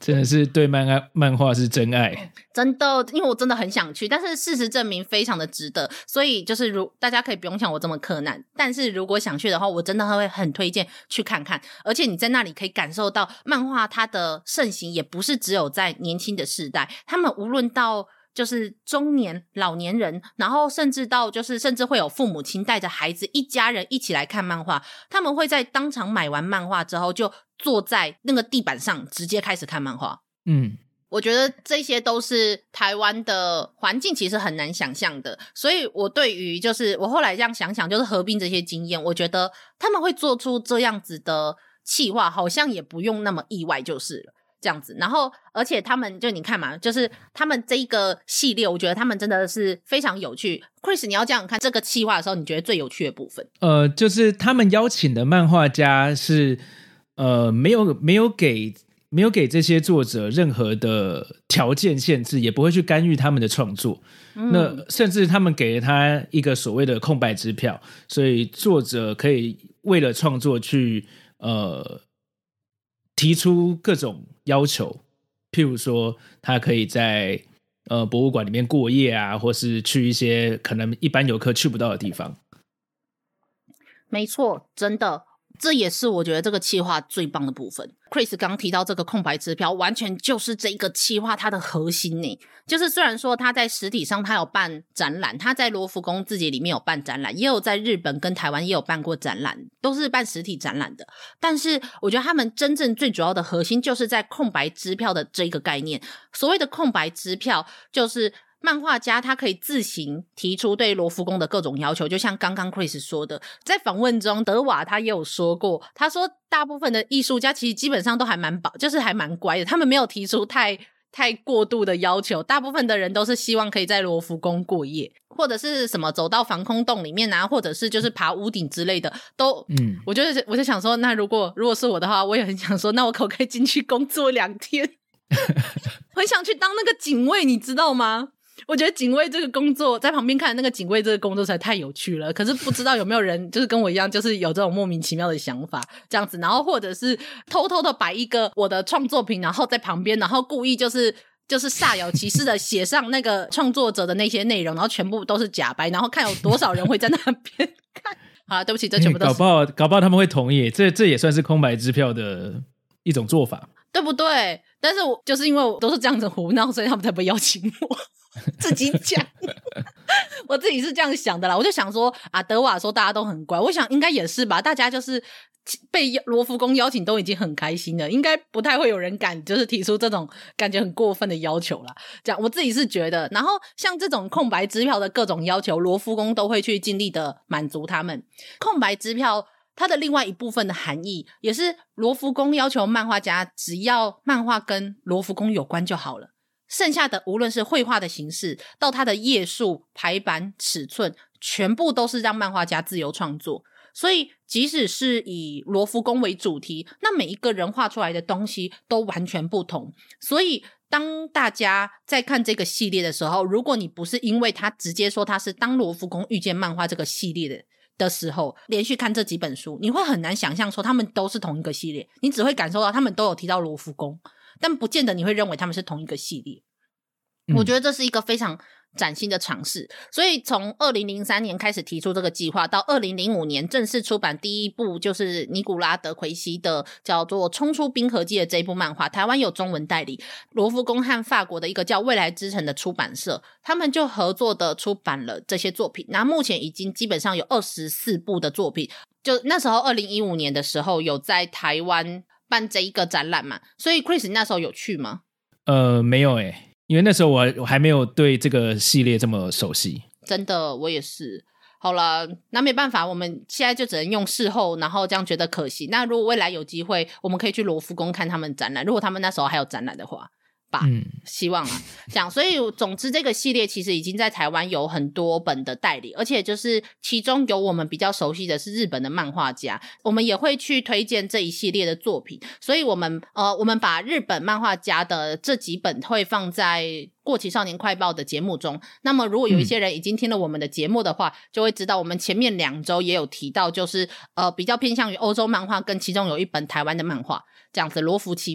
真的是对漫画漫画是真爱， 真的，因为我真的很想去，但是事实证明非常的值得，所以就是如大家可以不用像我这么克难，但是如果想去的话，我真的会很推荐去看看，而且你在那里可以感受到漫画它的盛行，也不是只有在年轻的世代，他们无论到就是中年老年人，然后甚至到就是甚至会有父母亲带着孩子一家人一起来看漫画，他们会在当场买完漫画之后就坐在那个地板上直接开始看漫画。 嗯， 我觉得这些都是台湾的环境其实很难想象的，所以我对于就是我后来这样想想，就是合并这些经验，我觉得他们会做出这样子的企划好像也不用那么意外就是了这样子。然后而且他们就你看嘛，就是他们这一个系列我觉得他们真的是非常有趣。 Chris 你要这样看这个企划的时候，你觉得最有趣的部分？ 呃，就是他们邀请的漫画家是呃没有没有给没有给这些作者任何的条件限制，也不会去干预他们的创作、嗯、那甚至他们给了他一个所谓的空白支票，所以作者可以为了创作去呃提出各种要求，譬如说他可以在呃博物馆里面过夜啊，或是去一些可能一般游客去不到的地方。 没错，真的这也是我觉得这个企划最棒的部分。 Chris 刚提到这个空白支票完全就是这个企划它的核心耶，就是虽然说他在实体上他有办展览，他在罗浮宫自己里面有办展览，也有在日本跟台湾也有办过展览，都是办实体展览的，但是我觉得他们真正最主要的核心就是在空白支票的这个概念。所谓的空白支票就是漫画家他可以自行提出对罗浮宫的各种要求，就像刚刚 Chris 说的，在访问中德瓦他也有说过，他说大部分的艺术家其实基本上都还蛮宝，就是还蛮乖的，他们没有提出太太过度的要求，大部分的人都是希望可以在罗浮宫过夜，或者是什么走到防空洞里面啊，或者是就是爬屋顶之类的都嗯，我就我就想说，那如果如果是我的话，我也很想说，那我可不可以进去工作两天很想去当那个警卫，你知道吗？我觉得警卫这个工作，在旁边看那个警卫这个工作实在太有趣了，可是不知道有没有人就是跟我一样，就是有这种莫名其妙的想法这样子，然后或者是偷偷的摆一个我的创作品然后在旁边，然后故意就是就是煞有其事的写上那个创作者的那些内容，然后全部都是假白，然后看有多少人会在那边看好啦，对不起，这全部都是、欸、 搞不好搞不好他们会同意，这这也算是空白支票的一种做法， 对不对？但是我就是因为我都是这样子胡闹，所以他们才不会邀请我自己讲我自己是这样想的啦，我就想说啊，德瓦说大家都很乖，我想应该也是吧，大家就是被罗浮宫邀请都已经很开心了，应该不太会有人敢就是提出这种感觉很过分的要求啦，这样我自己是觉得。然后像这种空白支票的各种要求，罗浮宫都会去尽力的满足他们。空白支票它的另外一部分的含义也是罗浮宫要求漫画家只要漫画跟罗浮宫有关就好了，剩下的无论是绘画的形式到它的页数排版尺寸全部都是让漫画家自由创作。所以即使是以罗浮宫为主题，那每一个人画出来的东西都完全不同。所以当大家在看这个系列的时候，如果你不是因为他直接说他是当罗浮宫遇见漫画这个系列的的时候连续看这几本书，你会很难想象说他们都是同一个系列，你只会感受到他们都有提到罗浮宫，但不见得你会认为他们是同一个系列、嗯、我觉得这是一个非常崭新的尝试。所以从二零零三年开始提出这个计划，到二零零五年正式出版第一部就是尼古拉德奎西的叫做冲出冰河纪的这一部漫画，台湾有中文代理，罗浮宫和法国的一个叫未来之城的出版社他们就合作的出版了这些作品，那目前已经基本上有二十四部的作品，就那时候二零一五年的时候有在台湾办这一个展览嘛。所以 Chris 你那时候有去吗？ 呃，没有耶，因为那时候 我, 我还没有对这个系列这么熟悉。 真的，我也是。好了，那没办法，我们现在就只能用事后然后这样觉得可惜。那如果未来有机会我们可以去罗浮宫看他们展览，如果他们那时候还有展览的话吧、嗯、希望啊这样。所以总之这个系列其实已经在台湾有很多本的代理，而且就是其中有我们比较熟悉的是日本的漫画家，我们也会去推荐这一系列的作品。所以我们呃，我们把日本漫画家的这几本会放在过期少年快报的节目中，那么如果有一些人已经听了我们的节目的话、嗯、就会知道我们前面两周也有提到，就是呃比较偏向于欧洲漫画跟其中有一本台湾的漫画这样子，罗浮奇梦。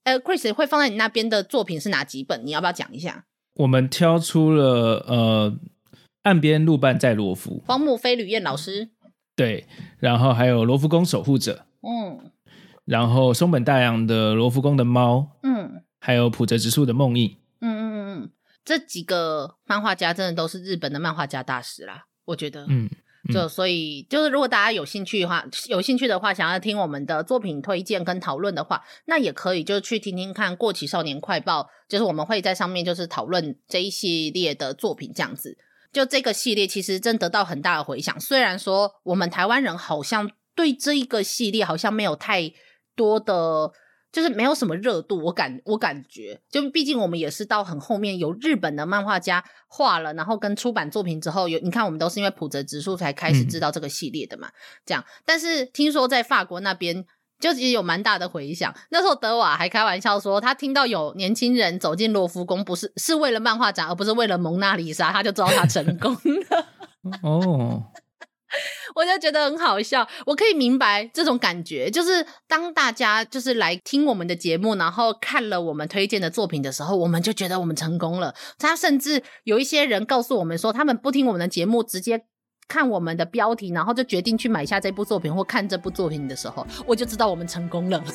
呃 Chris 会放在你那边的作品是哪几本？你要不要讲一下？ 我们挑出了呃岸边露伴在罗浮， 荒木飞吕彦老师， 对，然后还有罗浮宫守护者， 嗯， 然后松本大洋的罗浮宫的猫， 嗯， 还有浦泽直树的梦印， 嗯嗯嗯嗯，这几个漫画家真的都是日本的漫画家大师啦，我觉得，嗯。就所以就是如果大家有兴趣的话有兴趣的话想要听我们的作品推荐跟讨论的话，那也可以就去听听看过期少年快报，就是我们会在上面就是讨论这一系列的作品这样子。就这个系列其实真得到很大的回响，虽然说我们台湾人好像对这一个系列好像没有太多的就是没有什么热度，我感我感觉就毕竟我们也是到很后面有日本的漫画家画了然后跟出版作品之后，有你看我们都是因为浦泽直树才开始知道这个系列的嘛、嗯、这样。但是听说在法国那边就其实有蛮大的回响，那时候德瓦还开玩笑说他听到有年轻人走进罗浮宫不是是为了漫画展而不是为了蒙娜丽莎，他就知道他成功了哦我就觉得很好笑，我可以明白这种感觉，就是当大家就是来听我们的节目然后看了我们推荐的作品的时候，我们就觉得我们成功了。他甚至有一些人告诉我们说他们不听我们的节目直接看我们的标题然后就决定去买下这部作品或看这部作品的时候，我就知道我们成功了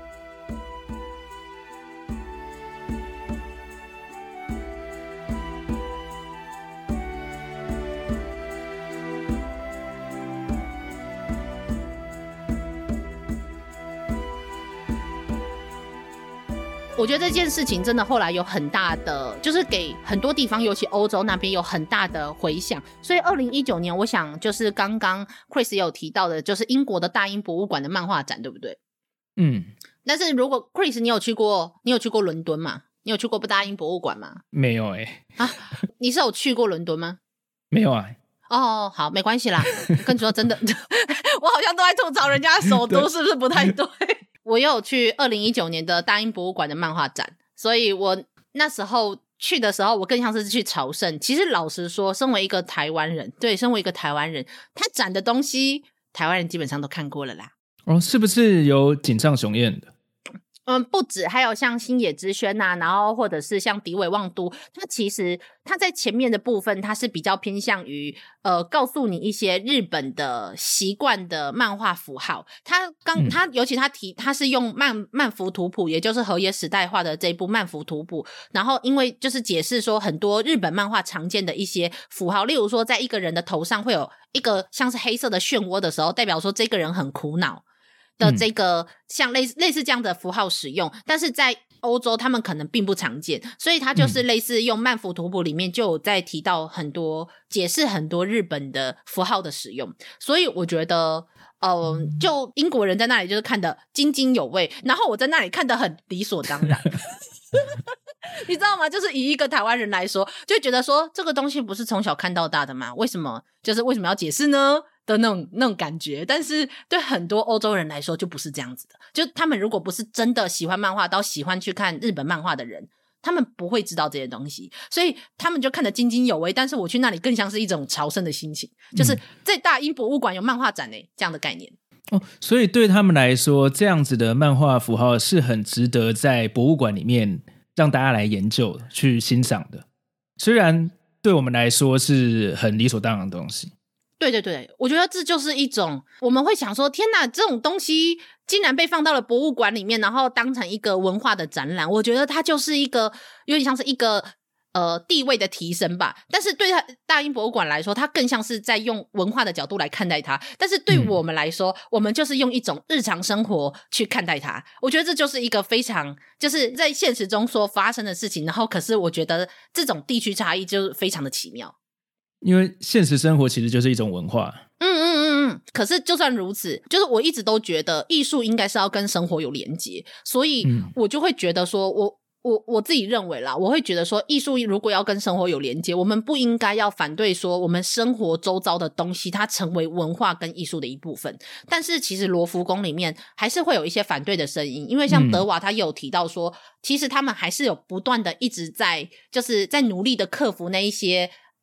我觉得这件事情真的后来有很大的就是给很多地方尤其欧洲那边有很大的回响，所以二零一九年我想就是刚刚 Chris 也有提到的就是英国的大英博物馆的漫画展对不对？ 嗯， 但是如果 Chris 你有去过你有去过伦敦吗？你有去过大英博物馆吗？ 没有欸啊，你是有去过伦敦吗？ 没有啊。 哦，好，没关系啦跟你说真的我好像都在吐槽人家的首都是不是不太对我有去二零一九年的大英博物馆的漫画展，所以我那时候去的时候我更像是去朝圣。其实老实说身为一个台湾人，对，身为一个台湾人，他展的东西台湾人基本上都看过了啦。 哦，是不是有井上雄彦的？ 嗯，不止，还有像星野之轩啊，然后或者是像荻尾望都，它其实它在前面的部分它是比较偏向于呃告诉你一些日本的习惯的漫画符号。它刚它尤其它提它是用漫漫幅图谱，也就是河野时代画的这部漫幅图谱，然后因为就是解释说很多日本漫画常见的一些符号，例如说在一个人的头上会有一个像是黑色的漩涡的时候，代表说这个人很苦恼的这个像类似类似这样的符号使用，但是在欧洲他们可能并不常见，所以它就是类似用漫幅图谱里面就有在提到很多解释很多日本的符号的使用，所以我觉得呃，就英国人在那里就是看得津津有味，然后我在那里看得很理所当然你知道吗？就是以一个台湾人来说就觉得说这个东西不是从小看到大的吗？为什么就是为什么要解释呢的那种那种感觉，但是对很多欧洲人来说就不是这样子的，就他们如果不是真的喜欢漫画到喜欢去看日本漫画的人，他们不会知道这些东西，所以他们就看得津津有味，但是我去那里更像是一种朝圣的心情，就是在大英博物馆有漫画展耶这样的概念哦，所以对他们来说这样子的漫画符号是很值得在博物馆里面让大家来研究去欣赏的，虽然对我们来说是很理所当然的东西。 对对对，我觉得这就是一种我们会想说天哪，这种东西竟然被放到了博物馆里面，然后当成一个文化的展览，我觉得它就是一个有点像是一个呃地位的提升吧。但是对大英博物馆来说它更像是在用文化的角度来看待它，但是对我们来说、嗯、我们就是用一种日常生活去看待它。我觉得这就是一个非常就是在现实中所发生的事情，然后可是我觉得这种地区差异就是非常的奇妙， 因为现实生活其实就是一种文化。 嗯嗯嗯嗯。可是就算如此，就是我一直都觉得艺术应该是要跟生活有连结，所以我就会觉得说我我我自己认为啦，我会觉得说艺术如果要跟生活有连结，我们不应该要反对说我们生活周遭的东西它成为文化跟艺术的一部分。但是其实罗浮宫里面还是会有一些反对的声音，因为像德瓦他也有提到说、嗯、其实他们还是有不断的一直在就是在努力的克服那一些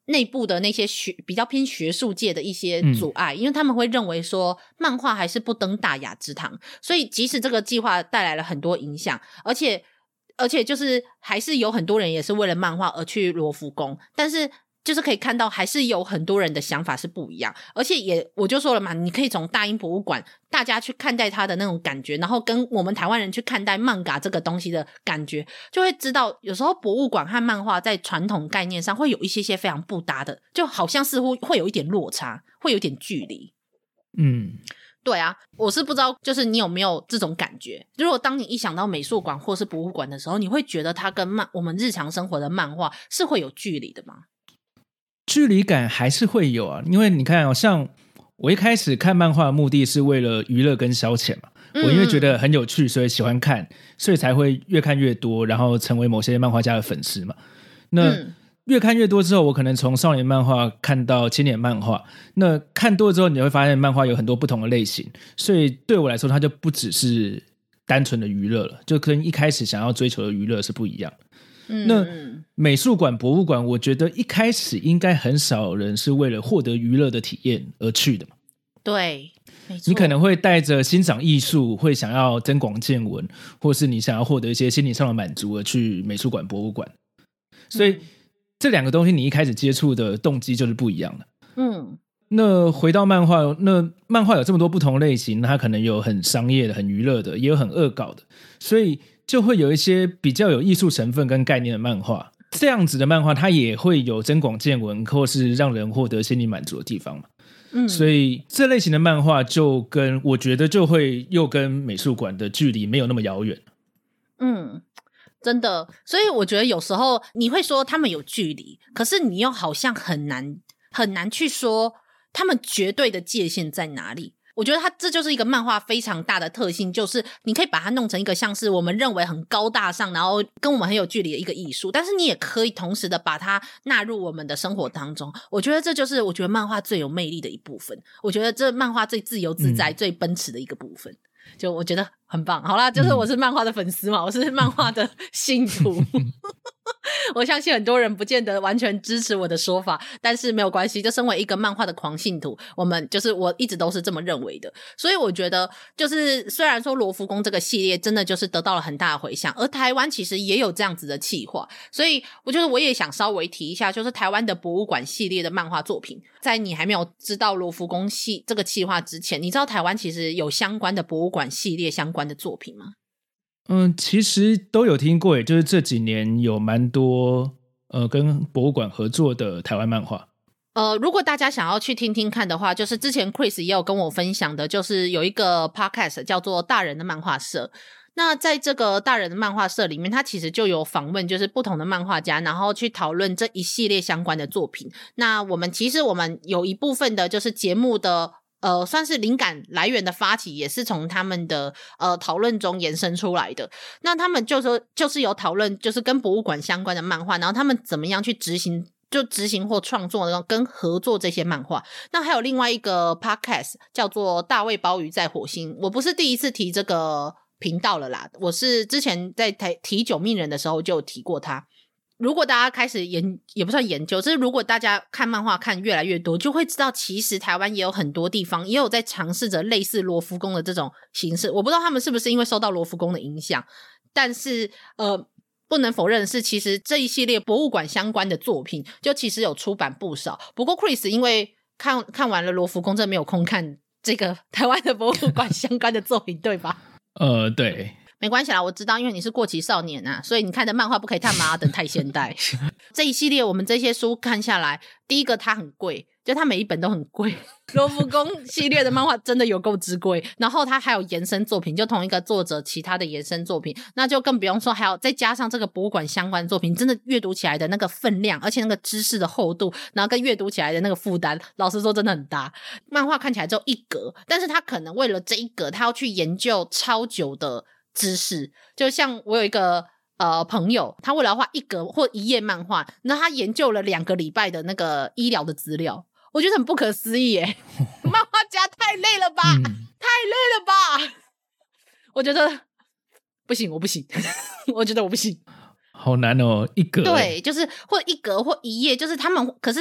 内部的那些学比较偏学术界的一些阻碍、嗯、因为他们会认为说漫画还是不登大雅之堂，所以即使这个计划带来了很多影响，而且而且就是还是有很多人也是为了漫画而去罗浮宫，但是就是可以看到还是有很多人的想法是不一样，而且也我就说了嘛，你可以从大英博物馆大家去看待它的那种感觉，然后跟我们台湾人去看待漫画这个东西的感觉，就会知道有时候博物馆和漫画在传统概念上会有一些些非常不搭的，就好像似乎会有一点落差，会有点距离。 嗯， 对啊，我是不知道就是你有没有这种感觉，如果当你一想到美术馆或是博物馆的时候，你会觉得它跟漫我们日常生活的漫画是会有距离的吗？ 距离感还是会有啊，因为你看、哦、像我一开始看漫画的目的是为了娱乐跟消遣嘛、嗯、我因为觉得很有趣所以喜欢看，所以才会越看越多，然后成为某些漫画家的粉丝嘛。那越看越多之后，我可能从少年漫画看到青年漫画，那看多之后你会发现漫画有很多不同的类型，所以对我来说它就不只是单纯的娱乐了，就跟一开始想要追求的娱乐是不一样的。那美术馆博物馆我觉得一开始应该很少人是为了获得娱乐的体验而去的嘛。 对，没错， 你可能会带着欣赏艺术，会想要增广见闻，或是你想要获得一些心理上的满足而去美术馆博物馆，所以、嗯、这两个东西你一开始接触的动机就是不一样的。嗯，那回到漫画，那漫画有这么多不同类型，它可能有很商业的很娱乐的，也有很恶搞的，所以就会有一些比较有艺术成分跟概念的漫画，这样子的漫画它也会有增广见闻或是让人获得心理满足的地方嘛。嗯，所以这类型的漫画就跟我觉得就会又跟美术馆的距离没有那么遥远。 嗯，真的，所以我觉得有时候你会说他们有距离，可是你又好像很难很难去说他们绝对的界限在哪里。我觉得它这就是一个漫画非常大的特性，就是你可以把它弄成一个像是我们认为很高大上，然后跟我们很有距离的一个艺术，但是你也可以同时的把它纳入我们的生活当中。我觉得这就是我觉得漫画最有魅力的一部分，我觉得这漫画最自由自在、嗯、最奔驰的一个部分，就我觉得很棒。好啦，就是我是漫画的粉丝嘛、嗯、我是漫画的信徒我相信很多人不见得完全支持我的说法，但是没有关系，就身为一个漫画的狂信徒，我们就是我一直都是这么认为的。所以我觉得就是虽然说罗浮宫这个系列真的就是得到了很大的回响，而台湾其实也有这样子的企划，所以我觉得我也想稍微提一下，就是台湾的博物馆系列的漫画作品，在你还没有知道罗浮宫系这个企划之前，你知道台湾其实有相关的博物馆系列相关的作品吗？ 嗯，其实都有听过耶，就是这几年有蛮多呃跟博物馆合作的台湾漫画。 呃，如果大家想要去听听看的话，就是之前 Chris 也有跟我分享的，就是有一个 podcast 叫做大人的漫画社。那在这个大人的漫画社里面，他其实就有访问就是不同的漫画家，然后去讨论这一系列相关的作品。那我们其实我们有一部分的就是节目的呃，算是灵感来源的发起，也是从他们的呃讨论中延伸出来的。那他们就说就是有讨论就是跟博物馆相关的漫画，然后他们怎么样去执行就执行或创作跟合作这些漫画。那还有另外一个 podcast 叫做大卫鲍鱼在火星，我不是第一次提这个频道了啦，我是之前在提九命人的时候就有提过他。如果大家开始研也不算研究，就是如果大家看漫画看越来越多，就会知道其实台湾也有很多地方也有在尝试着类似罗浮宫的这种形式。我不知道他们是不是因为受到罗浮宫的影响，但是呃不能否认的是其实这一系列博物馆相关的作品就其实有出版不少。不过 Chris 因为看看完了罗浮宫真的没有空看这个台湾的博物馆相关的作品对吧？ 呃对， 没关系啦，我知道因为你是过期少年啊，所以你看的漫画不可以太麻等太现代这一系列我们这些书看下来，第一个它很贵，就它每一本都很贵罗浮宫系列的漫画真的有够之贵，然后它还有延伸作品，就同一个作者其他的延伸作品，那就更不用说还有再加上这个博物馆相关的作品，真的阅读起来的那个分量，而且那个知识的厚度，然后跟阅读起来的那个负担，老实说真的很大。漫画看起来只有一格，但是他可能为了这一格他要去研究超久的知识，就像我有一个呃朋友，他为了画一格或一页漫画，那他研究了两个礼拜的那个医疗的资料，我觉得很不可思议耶漫画家太累了吧、嗯、太累了吧，我觉得不行，我不行我觉得我不行， 好难哦，一格， 对，就是或一格或一页，就是他们可是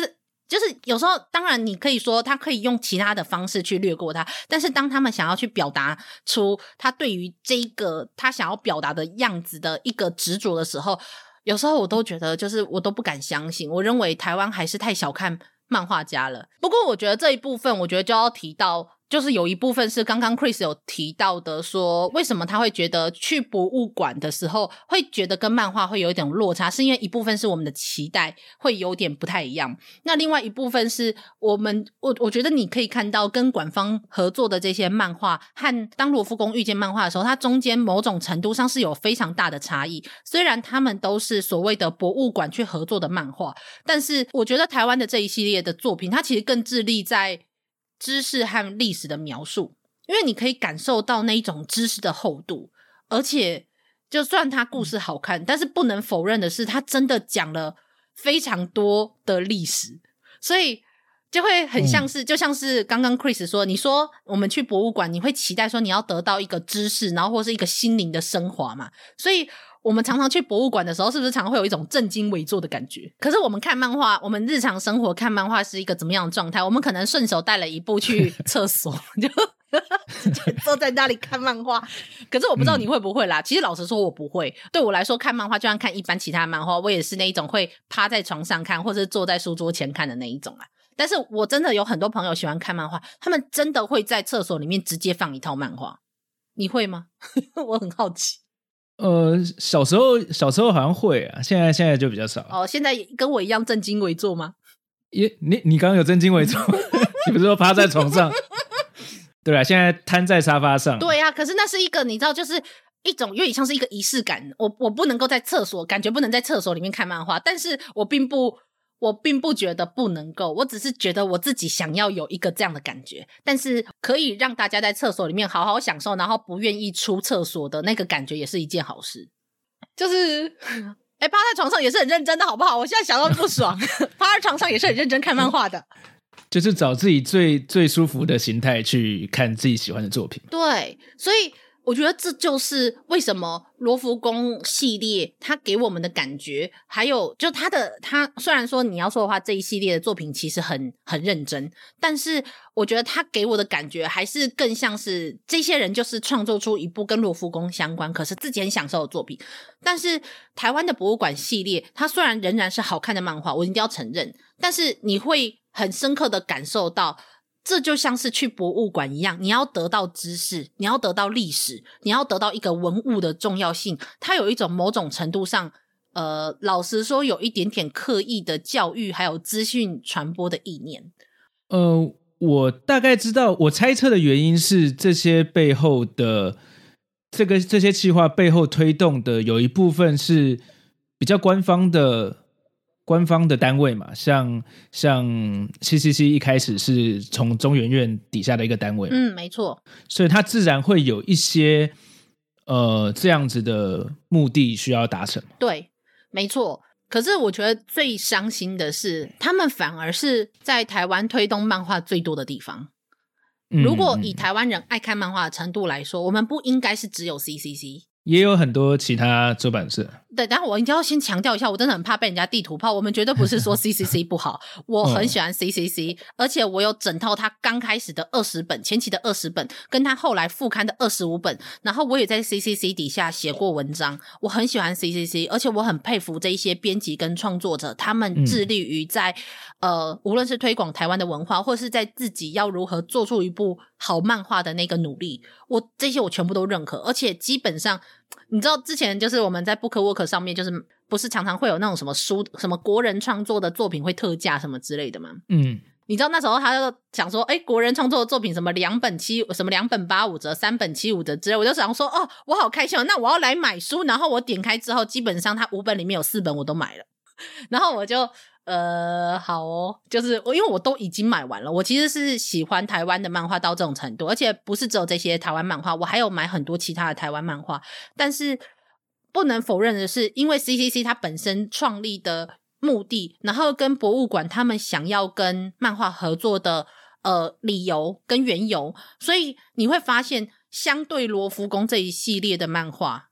就是有时候当然你可以说他可以用其他的方式去略过它，但是当他们想要去表达出他对于这个他想要表达的样子的一个执着的时候，有时候我都觉得就是我都不敢相信，我认为台湾还是太小看漫画家了。不过我觉得这一部分我觉得就要提到，就是有一部分是刚刚 Chris 有提到的，说为什么他会觉得去博物馆的时候会觉得跟漫画会有一点落差，是因为一部分是我们的期待会有点不太一样，那另外一部分是我们我我觉得你可以看到跟馆方合作的这些漫画和当罗浮宫遇见漫画的时候，它中间某种程度上是有非常大的差异。虽然他们都是所谓的博物馆去合作的漫画，但是我觉得台湾的这一系列的作品它其实更致力在知识和历史的描述，因为你可以感受到那一种知识的厚度，而且就算它故事好看，但是不能否认的是它真的讲了非常多的历史，所以就会很像是、嗯、就像是刚刚 Chris 说，你说我们去博物馆你会期待说你要得到一个知识，然后或是一个心灵的升华嘛，所以我们常常去博物馆的时候是不是常常会有一种正襟危坐的感觉？可是我们看漫画，我们日常生活看漫画是一个怎么样的状态？我们可能顺手带了一部去厕所就直接坐在那里看漫画。可是我不知道你会不会啦、嗯、其实老实说我不会，对我来说看漫画就像看一般其他的漫画，我也是那一种会趴在床上看或是坐在书桌前看的那一种啊。但是我真的有很多朋友喜欢看漫画，他们真的会在厕所里面直接放一套漫画，你会吗？我很好奇。 呃，小时候小时候好像会啊，现在现在就比较少。 哦，现在跟我一样正襟危坐吗？ 也你你刚刚有正襟危坐？你不是说趴在床上？对啊，现在瘫在沙发上。 对啊，可是那是一个你知道，就是一种有点像是一个仪式感。我我不能够在厕所，感觉不能在厕所里面看漫画，但是我并不。我并不觉得不能够，我只是觉得我自己想要有一个这样的感觉，但是可以让大家在厕所里面好好享受，然后不愿意出厕所的那个感觉也是一件好事。就是哎，趴在床上也是很认真的好不好？我现在想到不爽趴在床上也是很认真看漫画的， 就是找自己最最舒服的形态去看自己喜欢的作品。 对，所以我觉得这就是为什么罗浮宫系列它给我们的感觉，还有就它的它虽然说你要说的话这一系列的作品其实很很认真，但是我觉得它给我的感觉还是更像是这些人就是创作出一部跟罗浮宫相关可是自己很享受的作品。但是台湾的博物馆系列它虽然仍然是好看的漫画，我一定要承认，但是你会很深刻的感受到这就像是去博物馆一样，你要得到知识，你要得到历史，你要得到一个文物的重要性，它有一种某种程度上呃，老实说有一点点刻意的教育还有资讯传播的意念。 呃，我大概知道，我猜测的原因是这些背后的这个这些企划背后推动的有一部分是比较官方的官方的单位嘛，像像 C C C 一开始是从中研院底下的一个单位， 嗯，没错， 所以它自然会有一些呃这样子的目的需要达成。 对，没错。可是我觉得最伤心的是，他们反而是在台湾推动漫画最多的地方。 嗯、 如果以台湾人爱看漫画的程度来说，我们不应该是只有 C C C。 也有很多其他出版社。 对，但我一定要先强调一下，我真的很怕被人家地图炮，我们绝对不是说 C C C 不好我很喜欢 C C C、嗯、而且我有整套他刚开始的二十本，前期的二十本跟他后来复刊的二十五本，然后我也在 C C C 底下写过文章，我很喜欢 C C C， 而且我很佩服这一些编辑跟创作者，他们致力于在、嗯、呃，无论是推广台湾的文化，或是在自己要如何做出一部好漫画的那个努力，我这些我全部都认可。而且基本上你知道之前就是我们在 BookWalker 上面就是不是常常会有那种什么书什么国人创作的作品会特价什么之类的吗？ 嗯， 你知道那时候他就想说诶国人创作的作品什么两本七什么两本八五折三本七五折之类，我就想说哦我好开心哦，那我要来买书，然后我点开之后基本上他五本里面有四本我都买了，然后我就呃，好哦，就是因为我都已经买完了，我其实是喜欢台湾的漫画到这种程度，而且不是只有这些台湾漫画，我还有买很多其他的台湾漫画，但是不能否认的是，因为 C C C 它本身创立的目的，然后跟博物馆他们想要跟漫画合作的呃理由跟缘由，所以你会发现相对罗浮宫这一系列的漫画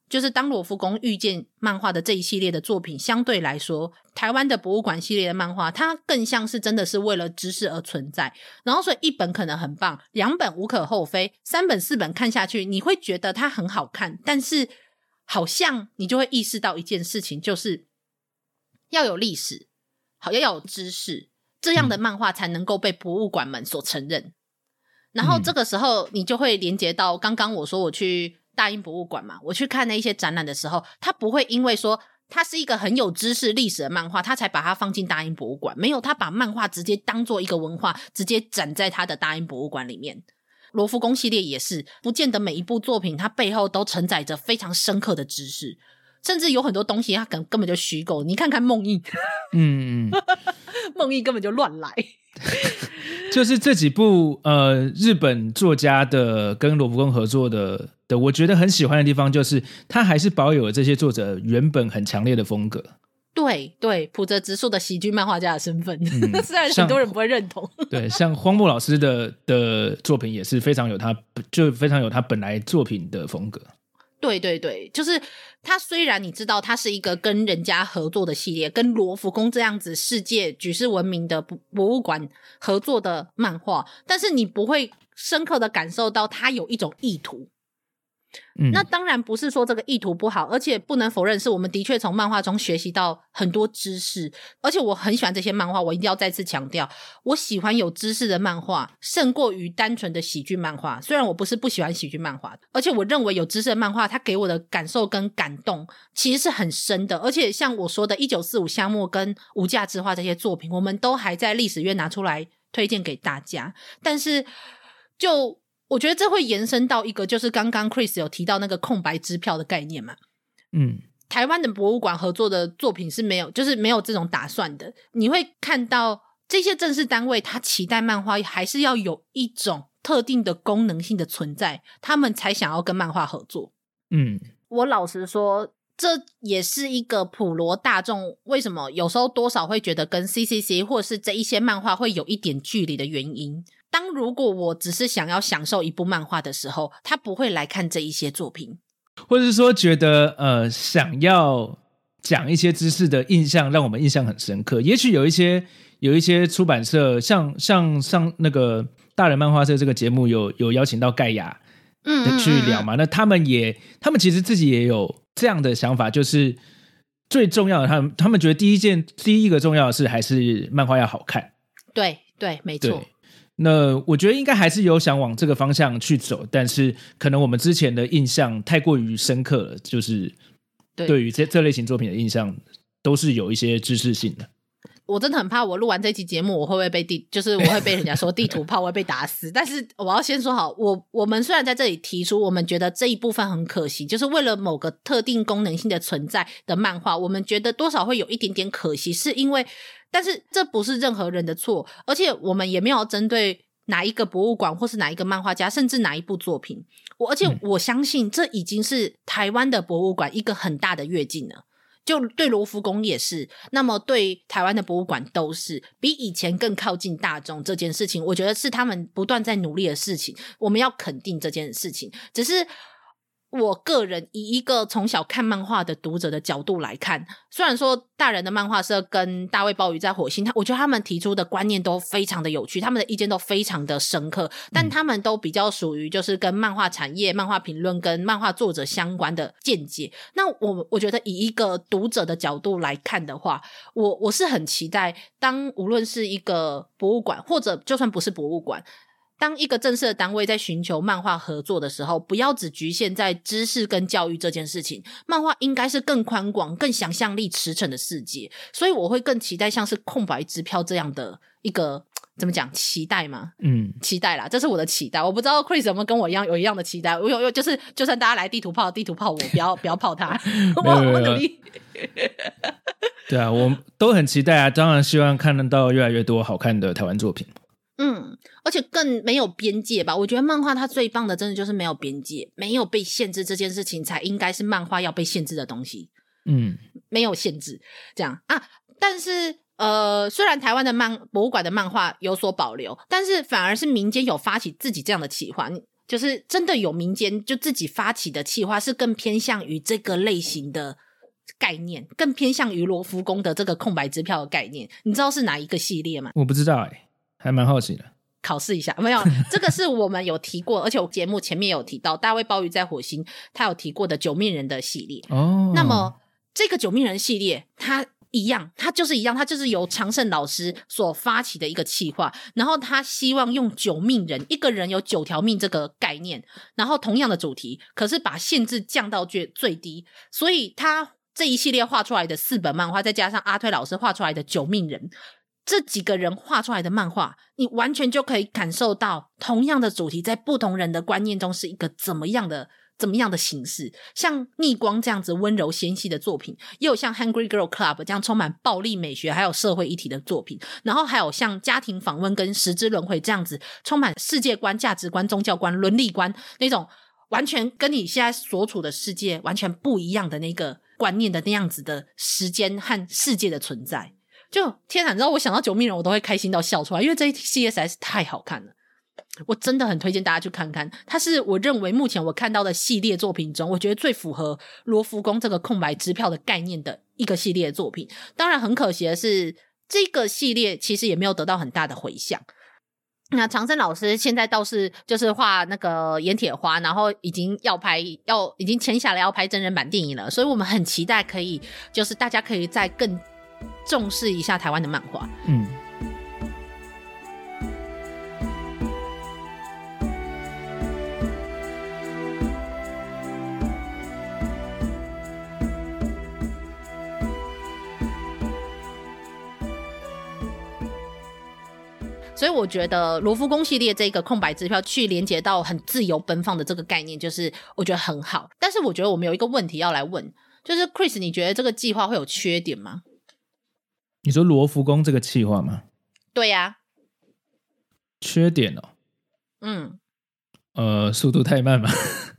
就是当罗浮宫遇见漫画的这一系列的作品，相对来说台湾的博物馆系列的漫画它更像是真的是为了知识而存在，然后所以一本可能很棒，两本无可厚非，三本四本看下去你会觉得它很好看，但是好像你就会意识到一件事情，就是要有历史，好要有知识，这样的漫画才能够被博物馆们所承认、嗯、然后这个时候你就会连接到刚刚我说我去大英博物馆嘛，我去看那一些展览的时候，他不会因为说它是一个很有知识历史的漫画他才把它放进大英博物馆，没有，他把漫画直接当做一个文化直接展在他的大英博物馆里面。罗浮宫系列也是，不见得每一部作品它背后都承载着非常深刻的知识，甚至有很多东西它根根本就虚构，你看看梦忆嗯梦忆根本就乱来就是这几部呃日本作家的跟罗浮宫合作的的，我觉得很喜欢的地方就是他还是保有了这些作者原本很强烈的风格。 对对，浦泽直树的喜剧漫画家的身份、嗯、虽然很多人不会认同对，像荒木老师的的作品也是非常有他就非常有他本来作品的风格。 对对对，就是他虽然你知道他是一个跟人家合作的系列，跟罗浮宫这样子世界举世闻名的博物馆合作的漫画，但是你不会深刻的感受到他有一种意图。嗯、那当然不是说这个意图不好，而且不能否认是我们的确从漫画中学习到很多知识，而且我很喜欢这些漫画，我一定要再次强调我喜欢有知识的漫画胜过于单纯的喜剧漫画。虽然我不是不喜欢喜剧漫画，而且我认为有知识的漫画它给我的感受跟感动其实是很深的，而且像我说的一九四五夏末跟无价之画这些作品我们都还在历史院拿出来推荐给大家，但是就我觉得这会延伸到一个就是刚刚 Chris 有提到那个空白支票的概念嘛。嗯，台湾的博物馆合作的作品是没有就是没有这种打算的，你会看到这些正式单位他期待漫画还是要有一种特定的功能性的存在，他们才想要跟漫画合作。嗯，我老实说这也是一个普罗大众为什么有时候多少会觉得跟 C C C 或是这一些漫画会有一点距离的原因。当如果我只是想要享受一部漫画的时候，他不会来看这一些作品， 或者是说觉得呃想要讲一些知识的印象让我们印象很深刻。也许有一些有一些出版社像像上那个大人漫画社这个节目有有邀请到盖亚嗯去聊嘛，那他们也他们其实自己也有这样的想法，就是最重要的他们他们觉得第一件第一个重要的是还是漫画要好看。 对对没错。 那我觉得应该还是有想往这个方向去走，但是可能我们之前的印象太过于深刻了，就是对于 这, 这类型作品的印象都是有一些知识性的。 我真的很怕我录完这期节目我会不会被地就是我会被人家说地图炮我会被打死但是我要先说好，我我们虽然在这里提出我们觉得这一部分很可惜，就是为了某个特定功能性的存在的漫画，我们觉得多少会有一点点可惜，是因为但是这不是任何人的错，而且我们也没有针对哪一个博物馆或是哪一个漫画家甚至哪一部作品，我而且我相信这已经是台湾的博物馆一个很大的跃进了，就对罗浮宫也是，那么对台湾的博物馆都是比以前更靠近大众，这件事情我觉得是他们不断在努力的事情，我们要肯定这件事情。只是我个人以一个从小看漫画的读者的角度来看，虽然说大人的漫画社跟大卫鲍鱼在火星，我觉得他们提出的观念都非常的有趣，他们的意见都非常的深刻，但他们都比较属于就是跟漫画产业漫画评论跟漫画作者相关的见解。那我我觉得以一个读者的角度来看的话，我我是很期待当无论是一个博物馆或者就算不是博物馆，当一个正式的单位在寻求漫画合作的时候，不要只局限在知识跟教育这件事情，漫画应该是更宽广更想象力驰骋的世界，所以我会更期待像是空白支票这样的一个怎么讲期待吗？嗯，期待啦，这是我的期待。我不知道 Chris 有没有跟我一样有一样的期待，我有有就是就算大家来地图炮地图炮我不要不要炮他我我努力对啊，我都很期待啊，当然希望看得到越来越多好看的台湾作品。 嗯，而且更没有边界吧，我觉得漫画它最棒的真的就是没有边界，没有被限制，这件事情才应该是漫画要被限制的东西。嗯，没有限制这样啊，但是呃，虽然台湾的漫博物馆的漫画有所保留，但是反而是民间有发起自己这样的企划。 就是真的有民间就自己发起的企划，是更偏向于这个类型的概念，更偏向于罗浮宫的这个空白支票的概念。你知道是哪一个系列吗？ 我不知道哎、欸，还蛮好奇的。 考试一下，没有，这个是我们有提过，而且我节目前面有提到大卫鲍鱼在火星他有提过的九命人的系列哦。 那么这个九命人系列它一样，它就是一样，它就是由常胜老师所发起的一个企划，然后他希望用九命人，一个人有九条命这个概念，然后同样的主题，可是把限制降到最最低，所以他这一系列画出来的四本漫画，再加上阿推老师画出来的九命人，这几个人画出来的漫画，你完全就可以感受到同样的主题在不同人的观念中是一个怎么样的怎么样的形式。像逆光这样子温柔纤细的作品，也有像 Hungry Girl Club 这样充满暴力美学还有社会议题的作品，然后还有像家庭访问跟十之轮回这样子充满世界观价值观宗教观伦理观那种完全跟你现在所处的世界完全不一样的那个观念的那样子的时间和世界的存在。就天哪，你知道我想到九命人我都会开心到笑出来，因为这一系列实在是太好看了，我真的很推荐大家去看看。它是我认为目前我看到的系列作品中，我觉得最符合罗浮宫这个空白支票的概念的一个系列作品。当然很可惜的是，这个系列其实也没有得到很大的回响。那常胜老师现在倒是就是画那个盐铁花，然后已经要拍要已经签下来要拍真人版电影了，所以我们很期待可以就是大家可以再更重视一下台湾的漫画。 嗯， 所以我觉得罗浮宫系列这个空白支票去连接到很自由奔放的这个概念，就是我觉得很好。但是我觉得我们有一个问题要来问，就是 Chris 你觉得这个计划会有缺点吗？ 你说罗浮宫这个企划吗？ 对呀、啊、 缺点哦， 嗯呃，速度太慢嘛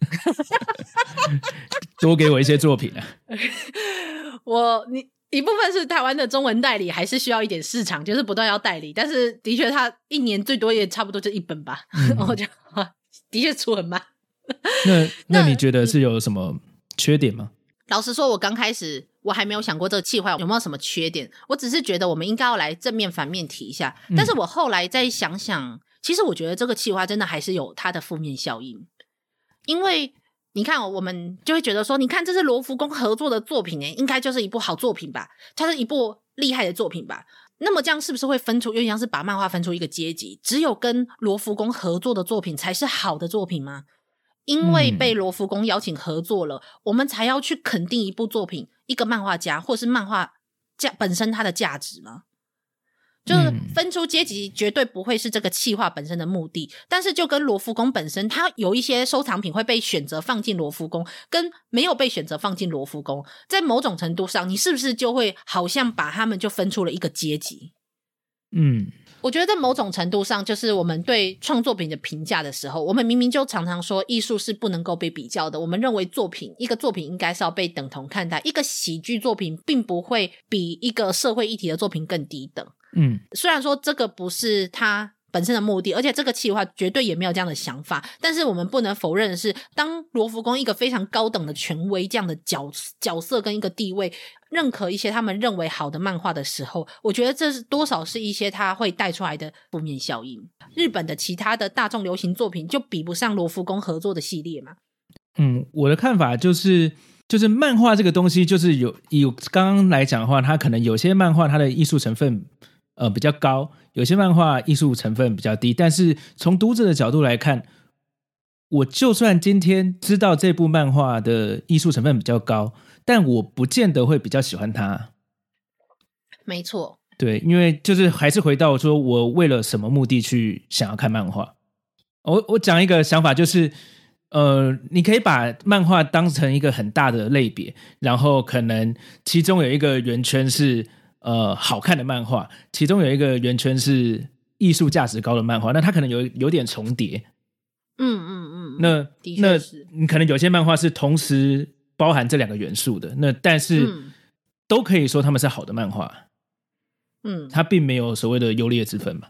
多给我一些作品啊我你一部分是台湾的中文代理还是需要一点市场，就是不断要代理，但是的确他一年最多也差不多就一本吧、嗯、我觉得的确出很慢那那你觉得是有什么缺点吗？ 老实说我刚开始我还没有想过这个企划有没有什么缺点，我只是觉得我们应该要来正面反面提一下、嗯、但是我后来再想想，其实我觉得这个企划真的还是有它的负面效应。因为你看、哦、我们就会觉得说，你看这是罗浮宫合作的作品耶，应该就是一部好作品吧，它是一部厉害的作品吧。那么这样是不是会分出，有点像是把漫画分出一个阶级，只有跟罗浮宫合作的作品才是好的作品吗？因为被罗浮宫邀请合作了、嗯、我们才要去肯定一部作品，一个漫画家或是漫画价本身它的价值吗？就是分出阶级绝对不会是这个企划本身的目的，但是就跟罗浮宫本身它有一些收藏品会被选择放进罗浮宫，跟没有被选择放进罗浮宫，在某种程度上你是不是就会好像把他们就分出了一个阶级。 嗯， 我觉得在某种程度上就是我们对创作品的评价的时候，我们明明就常常说艺术是不能够被比较的，我们认为作品一个作品应该是要被等同看待，一个喜剧作品并不会比一个社会议题的作品更低等。 嗯， 虽然说这个不是它本身的目的，而且这个企划绝对也没有这样的想法，但是我们不能否认的是，当罗浮宫一个非常高等的权威这样的 角, 角色跟一个地位认可一些他们认为好的漫画的时候，我觉得这是多少是一些它会带出来的负面效应。日本的其他的大众流行作品就比不上罗浮宫合作的系列嘛。 嗯，我的看法就是就是漫画这个东西，就是有有刚刚来讲的话，它可能有些漫画它的艺术成分呃比较高，有些漫画艺术成分比较低，但是从读者的角度来看，我就算今天知道这部漫画的艺术成分比较高，但我不见得会比较喜欢它。 没错， 对，因为就是还是回到说我为了什么目的去想要看漫画。我我讲一个想法，就是呃，你可以把漫画当成一个很大的类别，然后可能其中有一个圆圈是呃好看的漫画，其中有一个圆圈是艺术价值高的漫画，那它可能有有点重叠。 嗯嗯嗯， 那的确是， 那你可能有些漫画是同时包含这两个元素的，那但是都可以说他们是好的漫画。 嗯， 它并没有所谓的优劣之分嘛。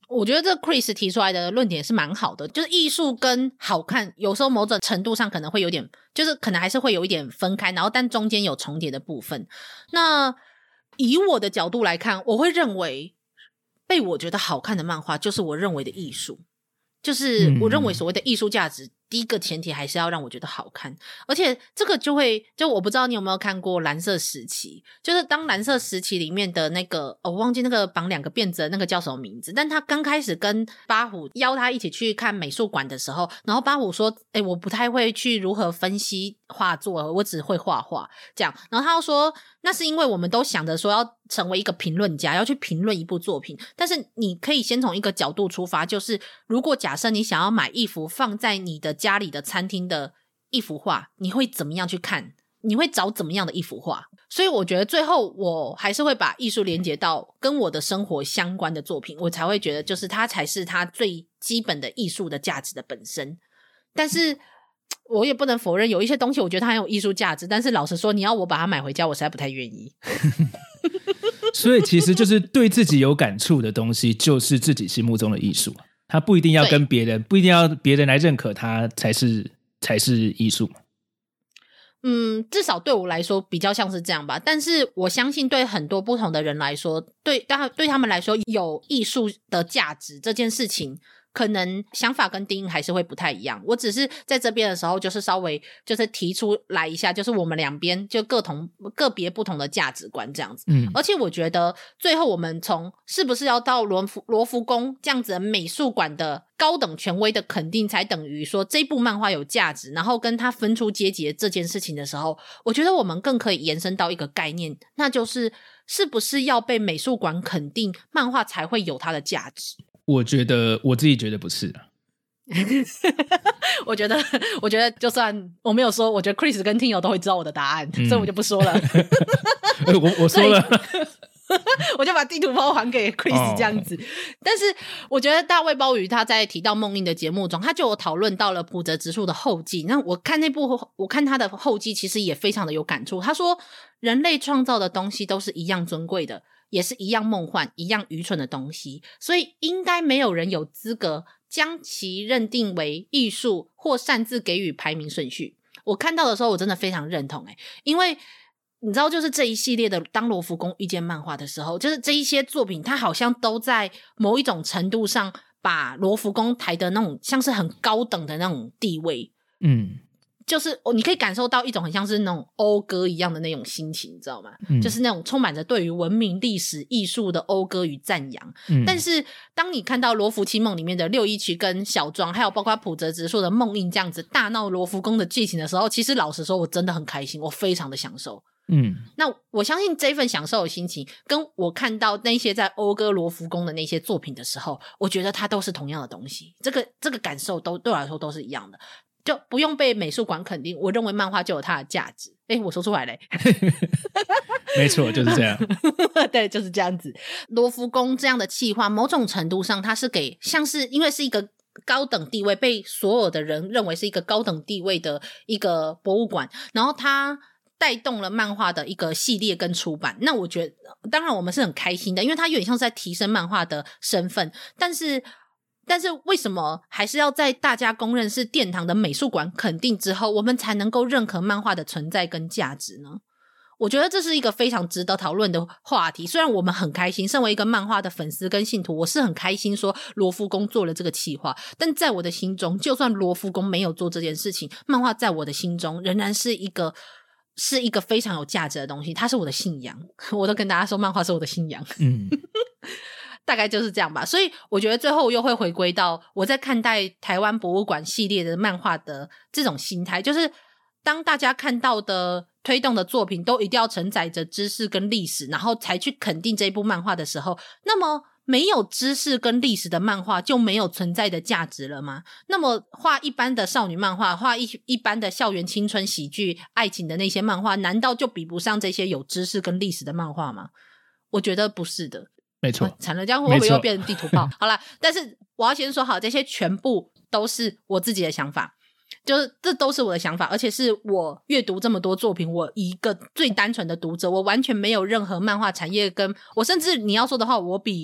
我觉得这 Chris 提出来的论点是蛮好的，就是艺术跟好看有时候某种程度上可能会有点，就是可能还是会有一点分开，然后但中间有重叠的部分。那以我的角度来看，我会认为被我觉得好看的漫画就是我认为的艺术，就是我认为所谓的艺术价值、嗯、第一个前提还是要让我觉得好看。而且这个就会就我不知道你有没有看过蓝色时期，就是当蓝色时期里面的那个、哦、我忘记那个绑两个辫子的那个叫什么名字，但他刚开始跟八虎邀他一起去看美术馆的时候，然后八虎说诶我不太会去如何分析画作，我只会画画这样，然后他又说那是因为我们都想着说要成为一个评论家，要去评论一部作品，但是你可以先从一个角度出发，就是如果假设你想要买一幅放在你的家里的餐厅的一幅画，你会怎么样去看？你会找怎么样的一幅画？所以我觉得最后我还是会把艺术连接到跟我的生活相关的作品，我才会觉得就是它才是它最基本的艺术的价值的本身。但是我也不能否认有一些东西我觉得它很有艺术价值，但是老实说你要我把它买回家我实在不太愿意。 所以其实就是对自己有感触的东西就是自己心目中的艺术，它不一定要跟别人不一定要别人来认可它才是才是艺术。 嗯，至少对我来说比较像是这样吧，但是我相信对很多不同的人来说，对对他们来说有艺术的价值这件事情可能想法跟定义还是会不太一样。我只是在这边的时候就是稍微就是提出来一下，就是我们两边就各同个别不同的价值观这样子。嗯，而且我觉得最后我们从是不是要到罗浮罗浮宫这样子的美术馆的高等权威的肯定才等于说这部漫画有价值，然后跟它分出阶级这件事情的时候，我觉得我们更可以延伸到一个概念，那就是是不是要被美术馆肯定漫画才会有它的价值。 我觉得我自己觉得不是我觉得我觉得就算我没有说，我觉得 Chris 跟听友都会知道我的答案、嗯、所以我就不说了。 我我说了我就把地图炮还给 Chris 这样子、哦、但是我觉得大卫鲍鱼他在提到梦映的节目中，他就有讨论到了浦泽直树的后记，那我看那部我看他的后记其实也非常的有感触。他说人类创造的东西都是一样尊贵的，也是一样梦幻一样愚蠢的东西，所以应该没有人有资格将其认定为艺术或擅自给予排名顺序。我看到的时候我真的非常认同、欸、因为你知道就是这一系列的当罗浮宫遇见漫画的时候，就是这一些作品它好像都在某一种程度上把罗浮宫抬的那种像是很高等的那种地位。嗯，就是你可以感受到一种很像是那种讴歌一样的那种心情，你知道吗、嗯、就是那种充满着对于文明历史艺术的讴歌与赞扬、嗯、但是当你看到罗浮七梦里面的六一曲跟小庄，还有包括浦泽直树的梦映这样子大闹罗浮宫的剧情的时候，其实老实说我真的很开心，我非常的享受。嗯，那我相信这份享受的心情跟我看到那些在讴歌罗浮宫的那些作品的时候，我觉得它都是同样的东西，这个这个感受都对我来说都是一样的，就不用被美术馆肯定，我认为漫画就有它的价值。诶，我说出来嘞没错，就是这样对，就是这样子。罗浮宫这样的企划某种程度上它是给像是因为是一个高等地位，被所有的人认为是一个高等地位的一个博物馆，然后它带动了漫画的一个系列跟出版，那我觉得当然我们是很开心的，因为它有点像是在提升漫画的身份，但是但是为什么还是要在大家公认是殿堂的美术馆肯定之后，我们才能够认可漫画的存在跟价值呢？我觉得这是一个非常值得讨论的话题。虽然我们很开心，身为一个漫画的粉丝跟信徒，我是很开心说罗浮宫做了这个企划，但在我的心中，就算罗浮宫没有做这件事情，漫画在我的心中仍然是一个是一个非常有价值的东西，它是我的信仰。我都跟大家说漫画是我的信仰。嗯，大概就是这样吧。所以我觉得最后又会回归到我在看待台湾博物馆系列的漫画的这种心态，就是当大家看到的推动的作品都一定要承载着知识跟历史，然后才去肯定这部漫画的时候，那么没有知识跟历史的漫画就没有存在的价值了吗？那么画一般的少女漫画，画一一般的校园青春喜剧爱情的那些漫画，难道就比不上这些有知识跟历史的漫画吗？我觉得不是的。 没错、 啊、惨了，这样会不会又变成地图炮？好啦，但是我要先说好，这些全部都是我自己的想法，就是这都是我的想法，而且是我阅读这么多作品，我一个最单纯的读者，我完全没有任何漫画产业跟我，甚至你要说的话，我比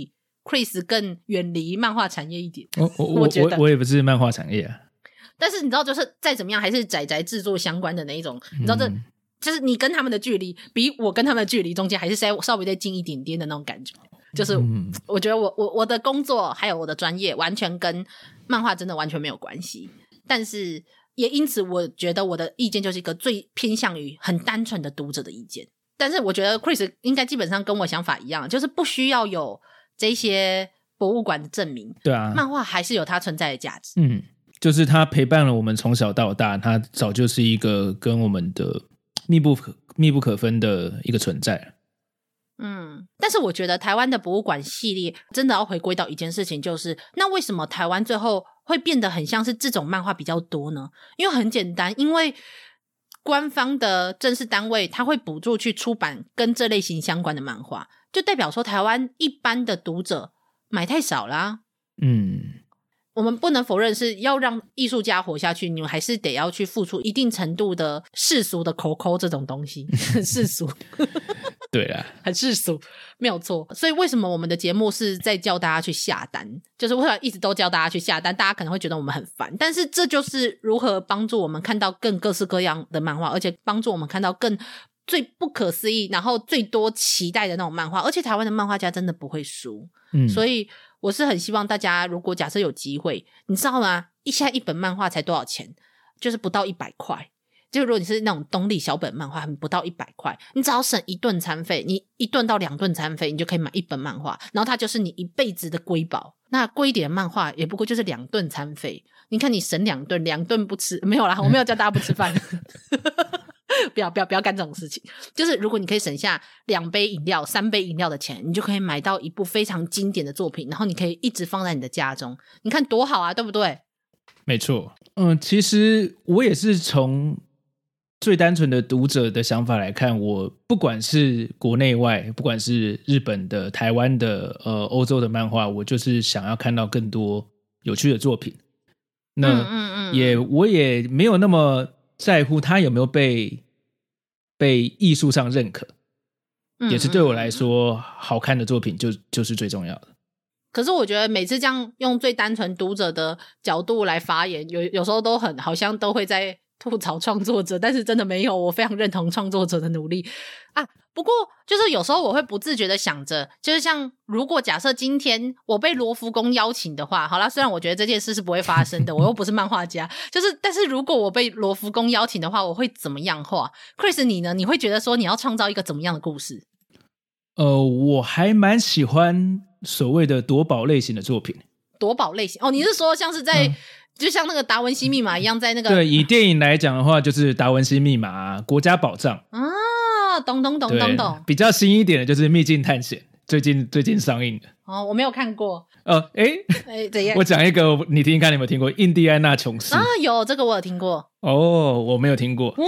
Chris 更远离漫画产业一点。 我我我觉得我我也不是漫画产业啊。 但是你知道，就是再怎么样，还是宅宅制作相关的那一种，你知道这、嗯、就是你跟他们的距离，比我跟他们的距离中间还是稍稍微再近一点点的那种感觉。就是我觉得我我我的工作还有我的专业，完全跟漫画真的完全没有关系。但是也因此，我觉得我的意见就是一个最偏向于很单纯的读者的意见。但是我觉得 Chris 应该基本上跟我想法一样，就是不需要有这些博物馆的证明。 对啊， 漫画还是有它存在的价值。 嗯。就是他陪伴了我们从小到大，他早就是一个跟我们的密不可密不可分的一个存在。 嗯，但是我觉得台湾的博物馆系列真的要回归到一件事情，就是那为什么台湾最后会变得很像是这种漫画比较多呢？因为很简单，因为官方的正式单位他会补助去出版跟这类型相关的漫画，就代表说台湾一般的读者买太少啦。嗯。我们不能否认是要让艺术家活下去，你们还是得要去付出一定程度的世俗的口口这种东西。世俗对啦， 很世俗，没有错。所以为什么我们的节目是在叫大家去下单，就是为了一直都叫大家去下单，大家可能会觉得我们很烦，但是这就是如何帮助我们看到更各式各样的漫画，而且帮助我们看到更最不可思议然后最多期待的那种漫画，而且台湾的漫画家真的不会输。嗯，所以我是很希望大家如果假设有机会，你知道吗，一下一本漫画才多少钱，就是不到一百块，就如果你是那种东立小本漫画不到一百块，你只要省一顿餐费，你一顿到两顿餐费，你就可以买一本漫画，然后它就是你一辈子的瑰宝。那贵一点的漫画也不过就是两顿餐费，你看你省两顿，两顿不吃，没有啦，我没有叫大家不吃饭不要不要不要干这种事情，就是如果你可以省下两杯饮料三杯饮料的钱，你就可以买到一部非常经典的作品，然后你可以一直放在你的家中，你看多好啊，对不对？ 没错。嗯，其实我也是从最单纯的读者的想法来看，我不管是国内外，不管是日本的台湾的呃欧洲的漫画，我就是想要看到更多有趣的作品。那也、嗯嗯嗯、我也没有那么在乎它有没有被被艺术上认可，嗯嗯嗯，也是对我来说好看的作品就就是最重要的。 可是我觉得每次这样用最单纯读者的角度来发言，有有时候都很好像都会在吐槽创作者，但是真的没有，我非常认同创作者的努力啊。不过就是有时候我会不自觉的想着，就是像如果假设今天我被罗浮宫邀请的话，好啦，虽然我觉得这件事是不会发生的，我又不是漫画家，就是但是如果我被罗浮宫邀请的话，我会怎么样画？ Chris 你呢？你会觉得说你要创造一个怎么样的故事？ 呃，我还蛮喜欢所谓的夺宝类型的作品。 夺宝类型哦，你是说像是在、嗯就像那个达文西密码一样，在那个对，以电影来讲的话，就是达文西密码、国家宝藏啊，懂懂懂懂懂。 比较新一点的就是秘境探险，最近最近上映的。 哦，我没有看过。 呃，哎哎，怎样？我讲一个，你听听看，你有没有听过《印第安纳琼斯》 啊？有，这个我有听过。 哦，我没有听过。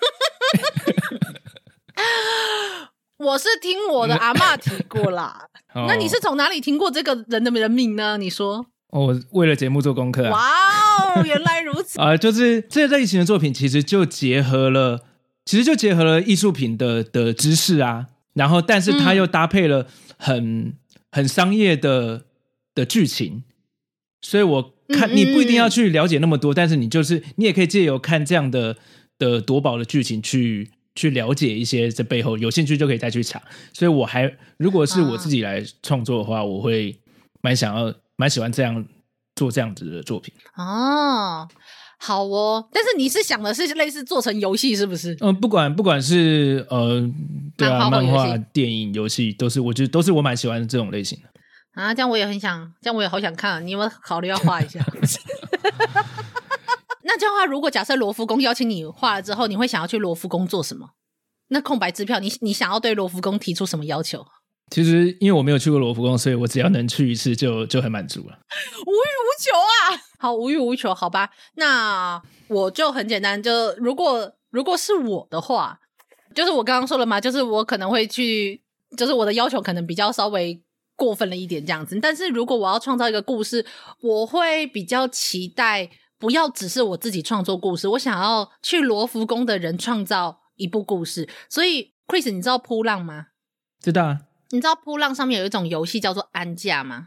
我是听我的阿嬷提过啦。哦、那你是从哪里听过这个人的人名呢？你说。 哦，我为了节目做功课、啊。 哇哦，原来如此啊、呃！就是这类型的作品，其实就结合了，其实就结合了艺术品的的知识啊，然后但是它又搭配了很、嗯、很商业的的剧情，所以我看、嗯嗯、你不一定要去了解那么多，但是你就是你也可以借由看这样的的夺宝的剧情去去了解一些这背后，有兴趣就可以再去查。所以我还如果是我自己来创作的话，啊、我会蛮想要。蛮喜欢这样做这样子的作品哦，好哦。但是你是想的是类似做成游戏是不是？ 嗯，不管不管是呃，对啊，漫画、电影、游戏都是，我觉得都是我蛮喜欢的这种类型的啊。这样我也很想，这样我也好想看。你有没有考虑要画一下？那这样的话，如果假设罗浮宫邀请你画了之后，你会想要去罗浮宫做什么？那空白支票，你你想要对罗浮宫提出什么要求？ 其实因为我没有去过罗浮宫，所以我只要能去一次就就很满足了， 无欲无求啊。好，无欲无求，好吧。那我就很简单，就如果如果是我的话，就是我刚刚说了嘛，就是我可能会去，就是我的要求可能比较稍微过分了一点这样子。但是如果我要创造一个故事，我会比较期待不要只是我自己创作故事，我想要去罗浮宫的人创造一部故事。所以 Chris 你知道扑浪吗？ 知道啊。 你知道扑浪上面有一种游戏叫做安驾吗？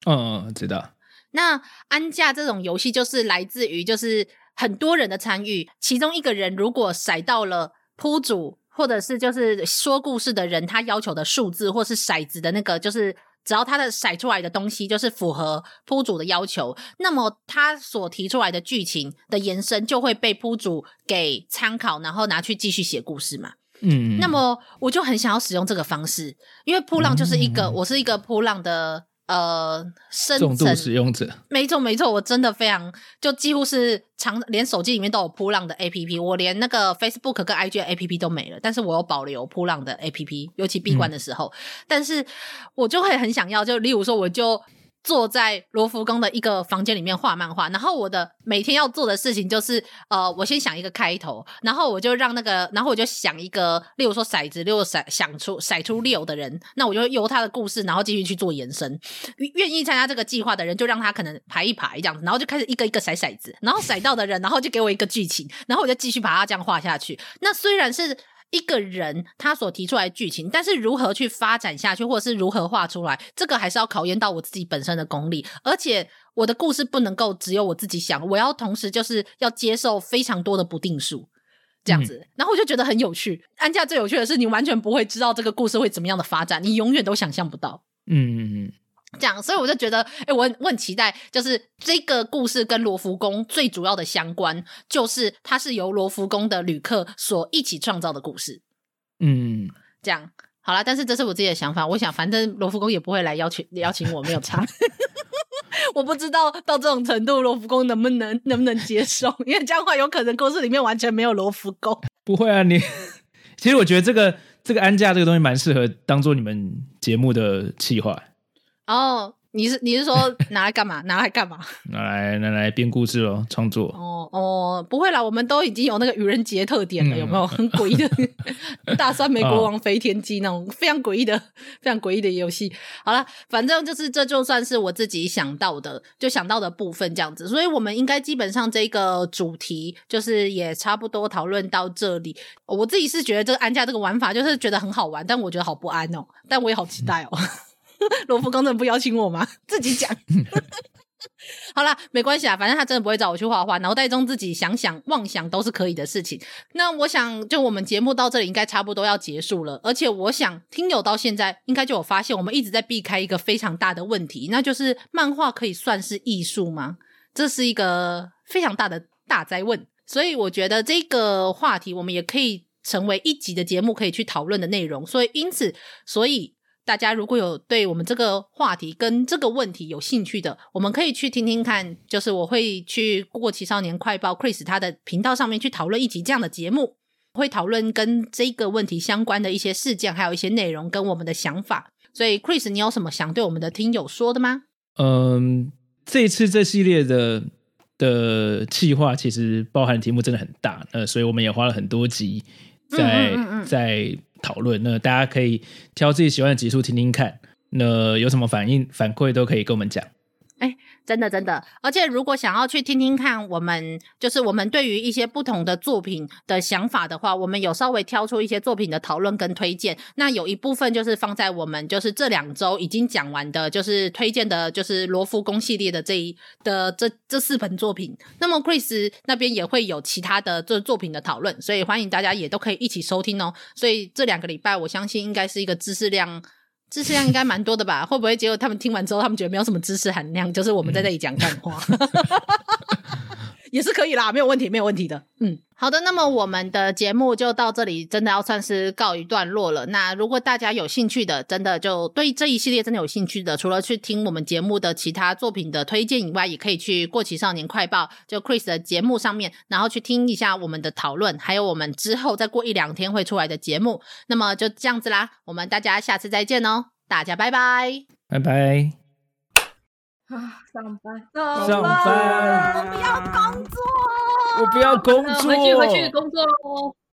嗯，知道。 那安驾这种游戏就是来自于就是很多人的参与，其中一个人如果骰到了铺主或者是就是说故事的人他要求的数字，或是骰子的那个就是只要他的骰出来的东西就是符合铺主的要求，那么他所提出来的剧情的延伸就会被铺主给参考，然后拿去继续写故事嘛。 嗯， 那么我就很想要使用这个方式，因为扑浪就是一个、嗯、我是一个扑浪的呃深层重度使用者。 没错没错，我真的非常就几乎是常连手机里面都有扑浪的 A P P， 我连那个 Facebook 跟 I G 的 A P P 都没了，但是我有保留扑浪的 A P P， 尤其闭关的时候、嗯、但是我就会很想要，就例如说我就坐在罗浮宫的一个房间里面画漫画，然后我的每天要做的事情就是呃，我先想一个开头，然后我就让那个然后我就想一个例如说骰子六骰想出骰出六的人，那我就由他的故事然后继续去做延伸，愿意参加这个计划的人就让他可能排一排这样子，然后就开始一个一个骰骰子，然后骰到的人然后就给我一个剧情，然后我就继续把它这样画下去。那虽然是一个人他所提出来的剧情，但是如何去发展下去或者是如何画出来，这个还是要考验到我自己本身的功力，而且我的故事不能够只有我自己想，我要同时就是要接受非常多的不定数这样子、嗯、然后我就觉得很有趣。安驾最有趣的是你完全不会知道这个故事会怎么样的发展，你永远都想象不到。嗯嗯嗯，这样，所以我就觉得哎、欸，我很我很期待，就是这个故事跟罗浮宫最主要的相关就是它是由罗浮宫的旅客所一起创造的故事。嗯，这样好啦，但是这是我自己的想法，我想反正罗浮宫也不会来邀请邀请我，没有差我不知道到这种程度罗浮宫能不能能不能接受，因为这样的话有可能故事里面完全没有罗浮宫。 不会啊，你其实我觉得这个这个安驾这个东西蛮适合当做你们节目的企划。 哦，你是你是说拿来干嘛？拿来干嘛？ 拿来拿来编故事咯，创作。 哦哦，不会啦，我们都已经有那个愚人节特点了，嗯、有没有很诡异的大酸梅国王飞天机那种非常诡异的、非常诡异的游戏？好啦，反正就是这就算是我自己想到的，就想到的部分这样子。所以我们应该基本上这个主题就是也差不多讨论到这里。我自己是觉得这个安驾这个玩法就是觉得很好玩，但我觉得好不安哦，但我也好期待哦。罗浮宫真的不邀请我吗？自己讲好啦，没关系啊，反正他真的不会找我去画画，脑袋中自己想想妄想都是可以的事情。那我想就我们节目到这里应该差不多要结束了，而且我想听友到现在应该就有发现我们一直在避开一个非常大的问题，那就是漫画可以算是艺术吗？这是一个非常大的大哉问，所以我觉得这个话题我们也可以成为一集的节目可以去讨论的内容。所以因此所以大家如果有对我们这个话题跟这个问题有兴趣的，我们可以去听听看，就是我会去过期少年快报 Chris 他的频道上面去讨论一集这样的节目，会讨论跟这个问题相关的一些事件还有一些内容跟我们的想法。所以 Chris 你有什么想对我们的听友说的吗？嗯， 这一次这系列的的企划其实包含题目真的很大，呃，所以我们也花了很多集在、嗯嗯嗯嗯、在讨论，那大家可以挑自己喜欢的集数听听看，那有什么反应反馈都可以跟我们讲。 哎，真的真的，而且如果想要去听听看我们就是我们对于一些不同的作品的想法的话，我们有稍微挑出一些作品的讨论跟推荐，那有一部分就是放在我们就是这两周已经讲完的就是推荐的就是罗浮宫系列的这一的这这四本作品，那么 Chris 那边也会有其他的这作品的讨论，所以欢迎大家也都可以一起收听哦。所以这两个礼拜我相信应该是一个知识量知识量应该蛮多的吧？会不会结果他们听完之后他们觉得没有什么知识含量，就是我们在这里讲干话、嗯、也是可以啦，没有问题没有问题的。嗯，好的，那么我们的节目就到这里真的要算是告一段落了。那如果大家有兴趣的，真的就对这一系列真的有兴趣的，除了去听我们节目的其他作品的推荐以外，也可以去过期少年快报就 Chris 的节目上面，然后去听一下我们的讨论，还有我们之后再过一两天会出来的节目。那么就这样子啦，我们大家下次再见哦，大家拜拜拜拜啊！上班上班， 我不要工作， 我不要工作， 回去回去工作咯。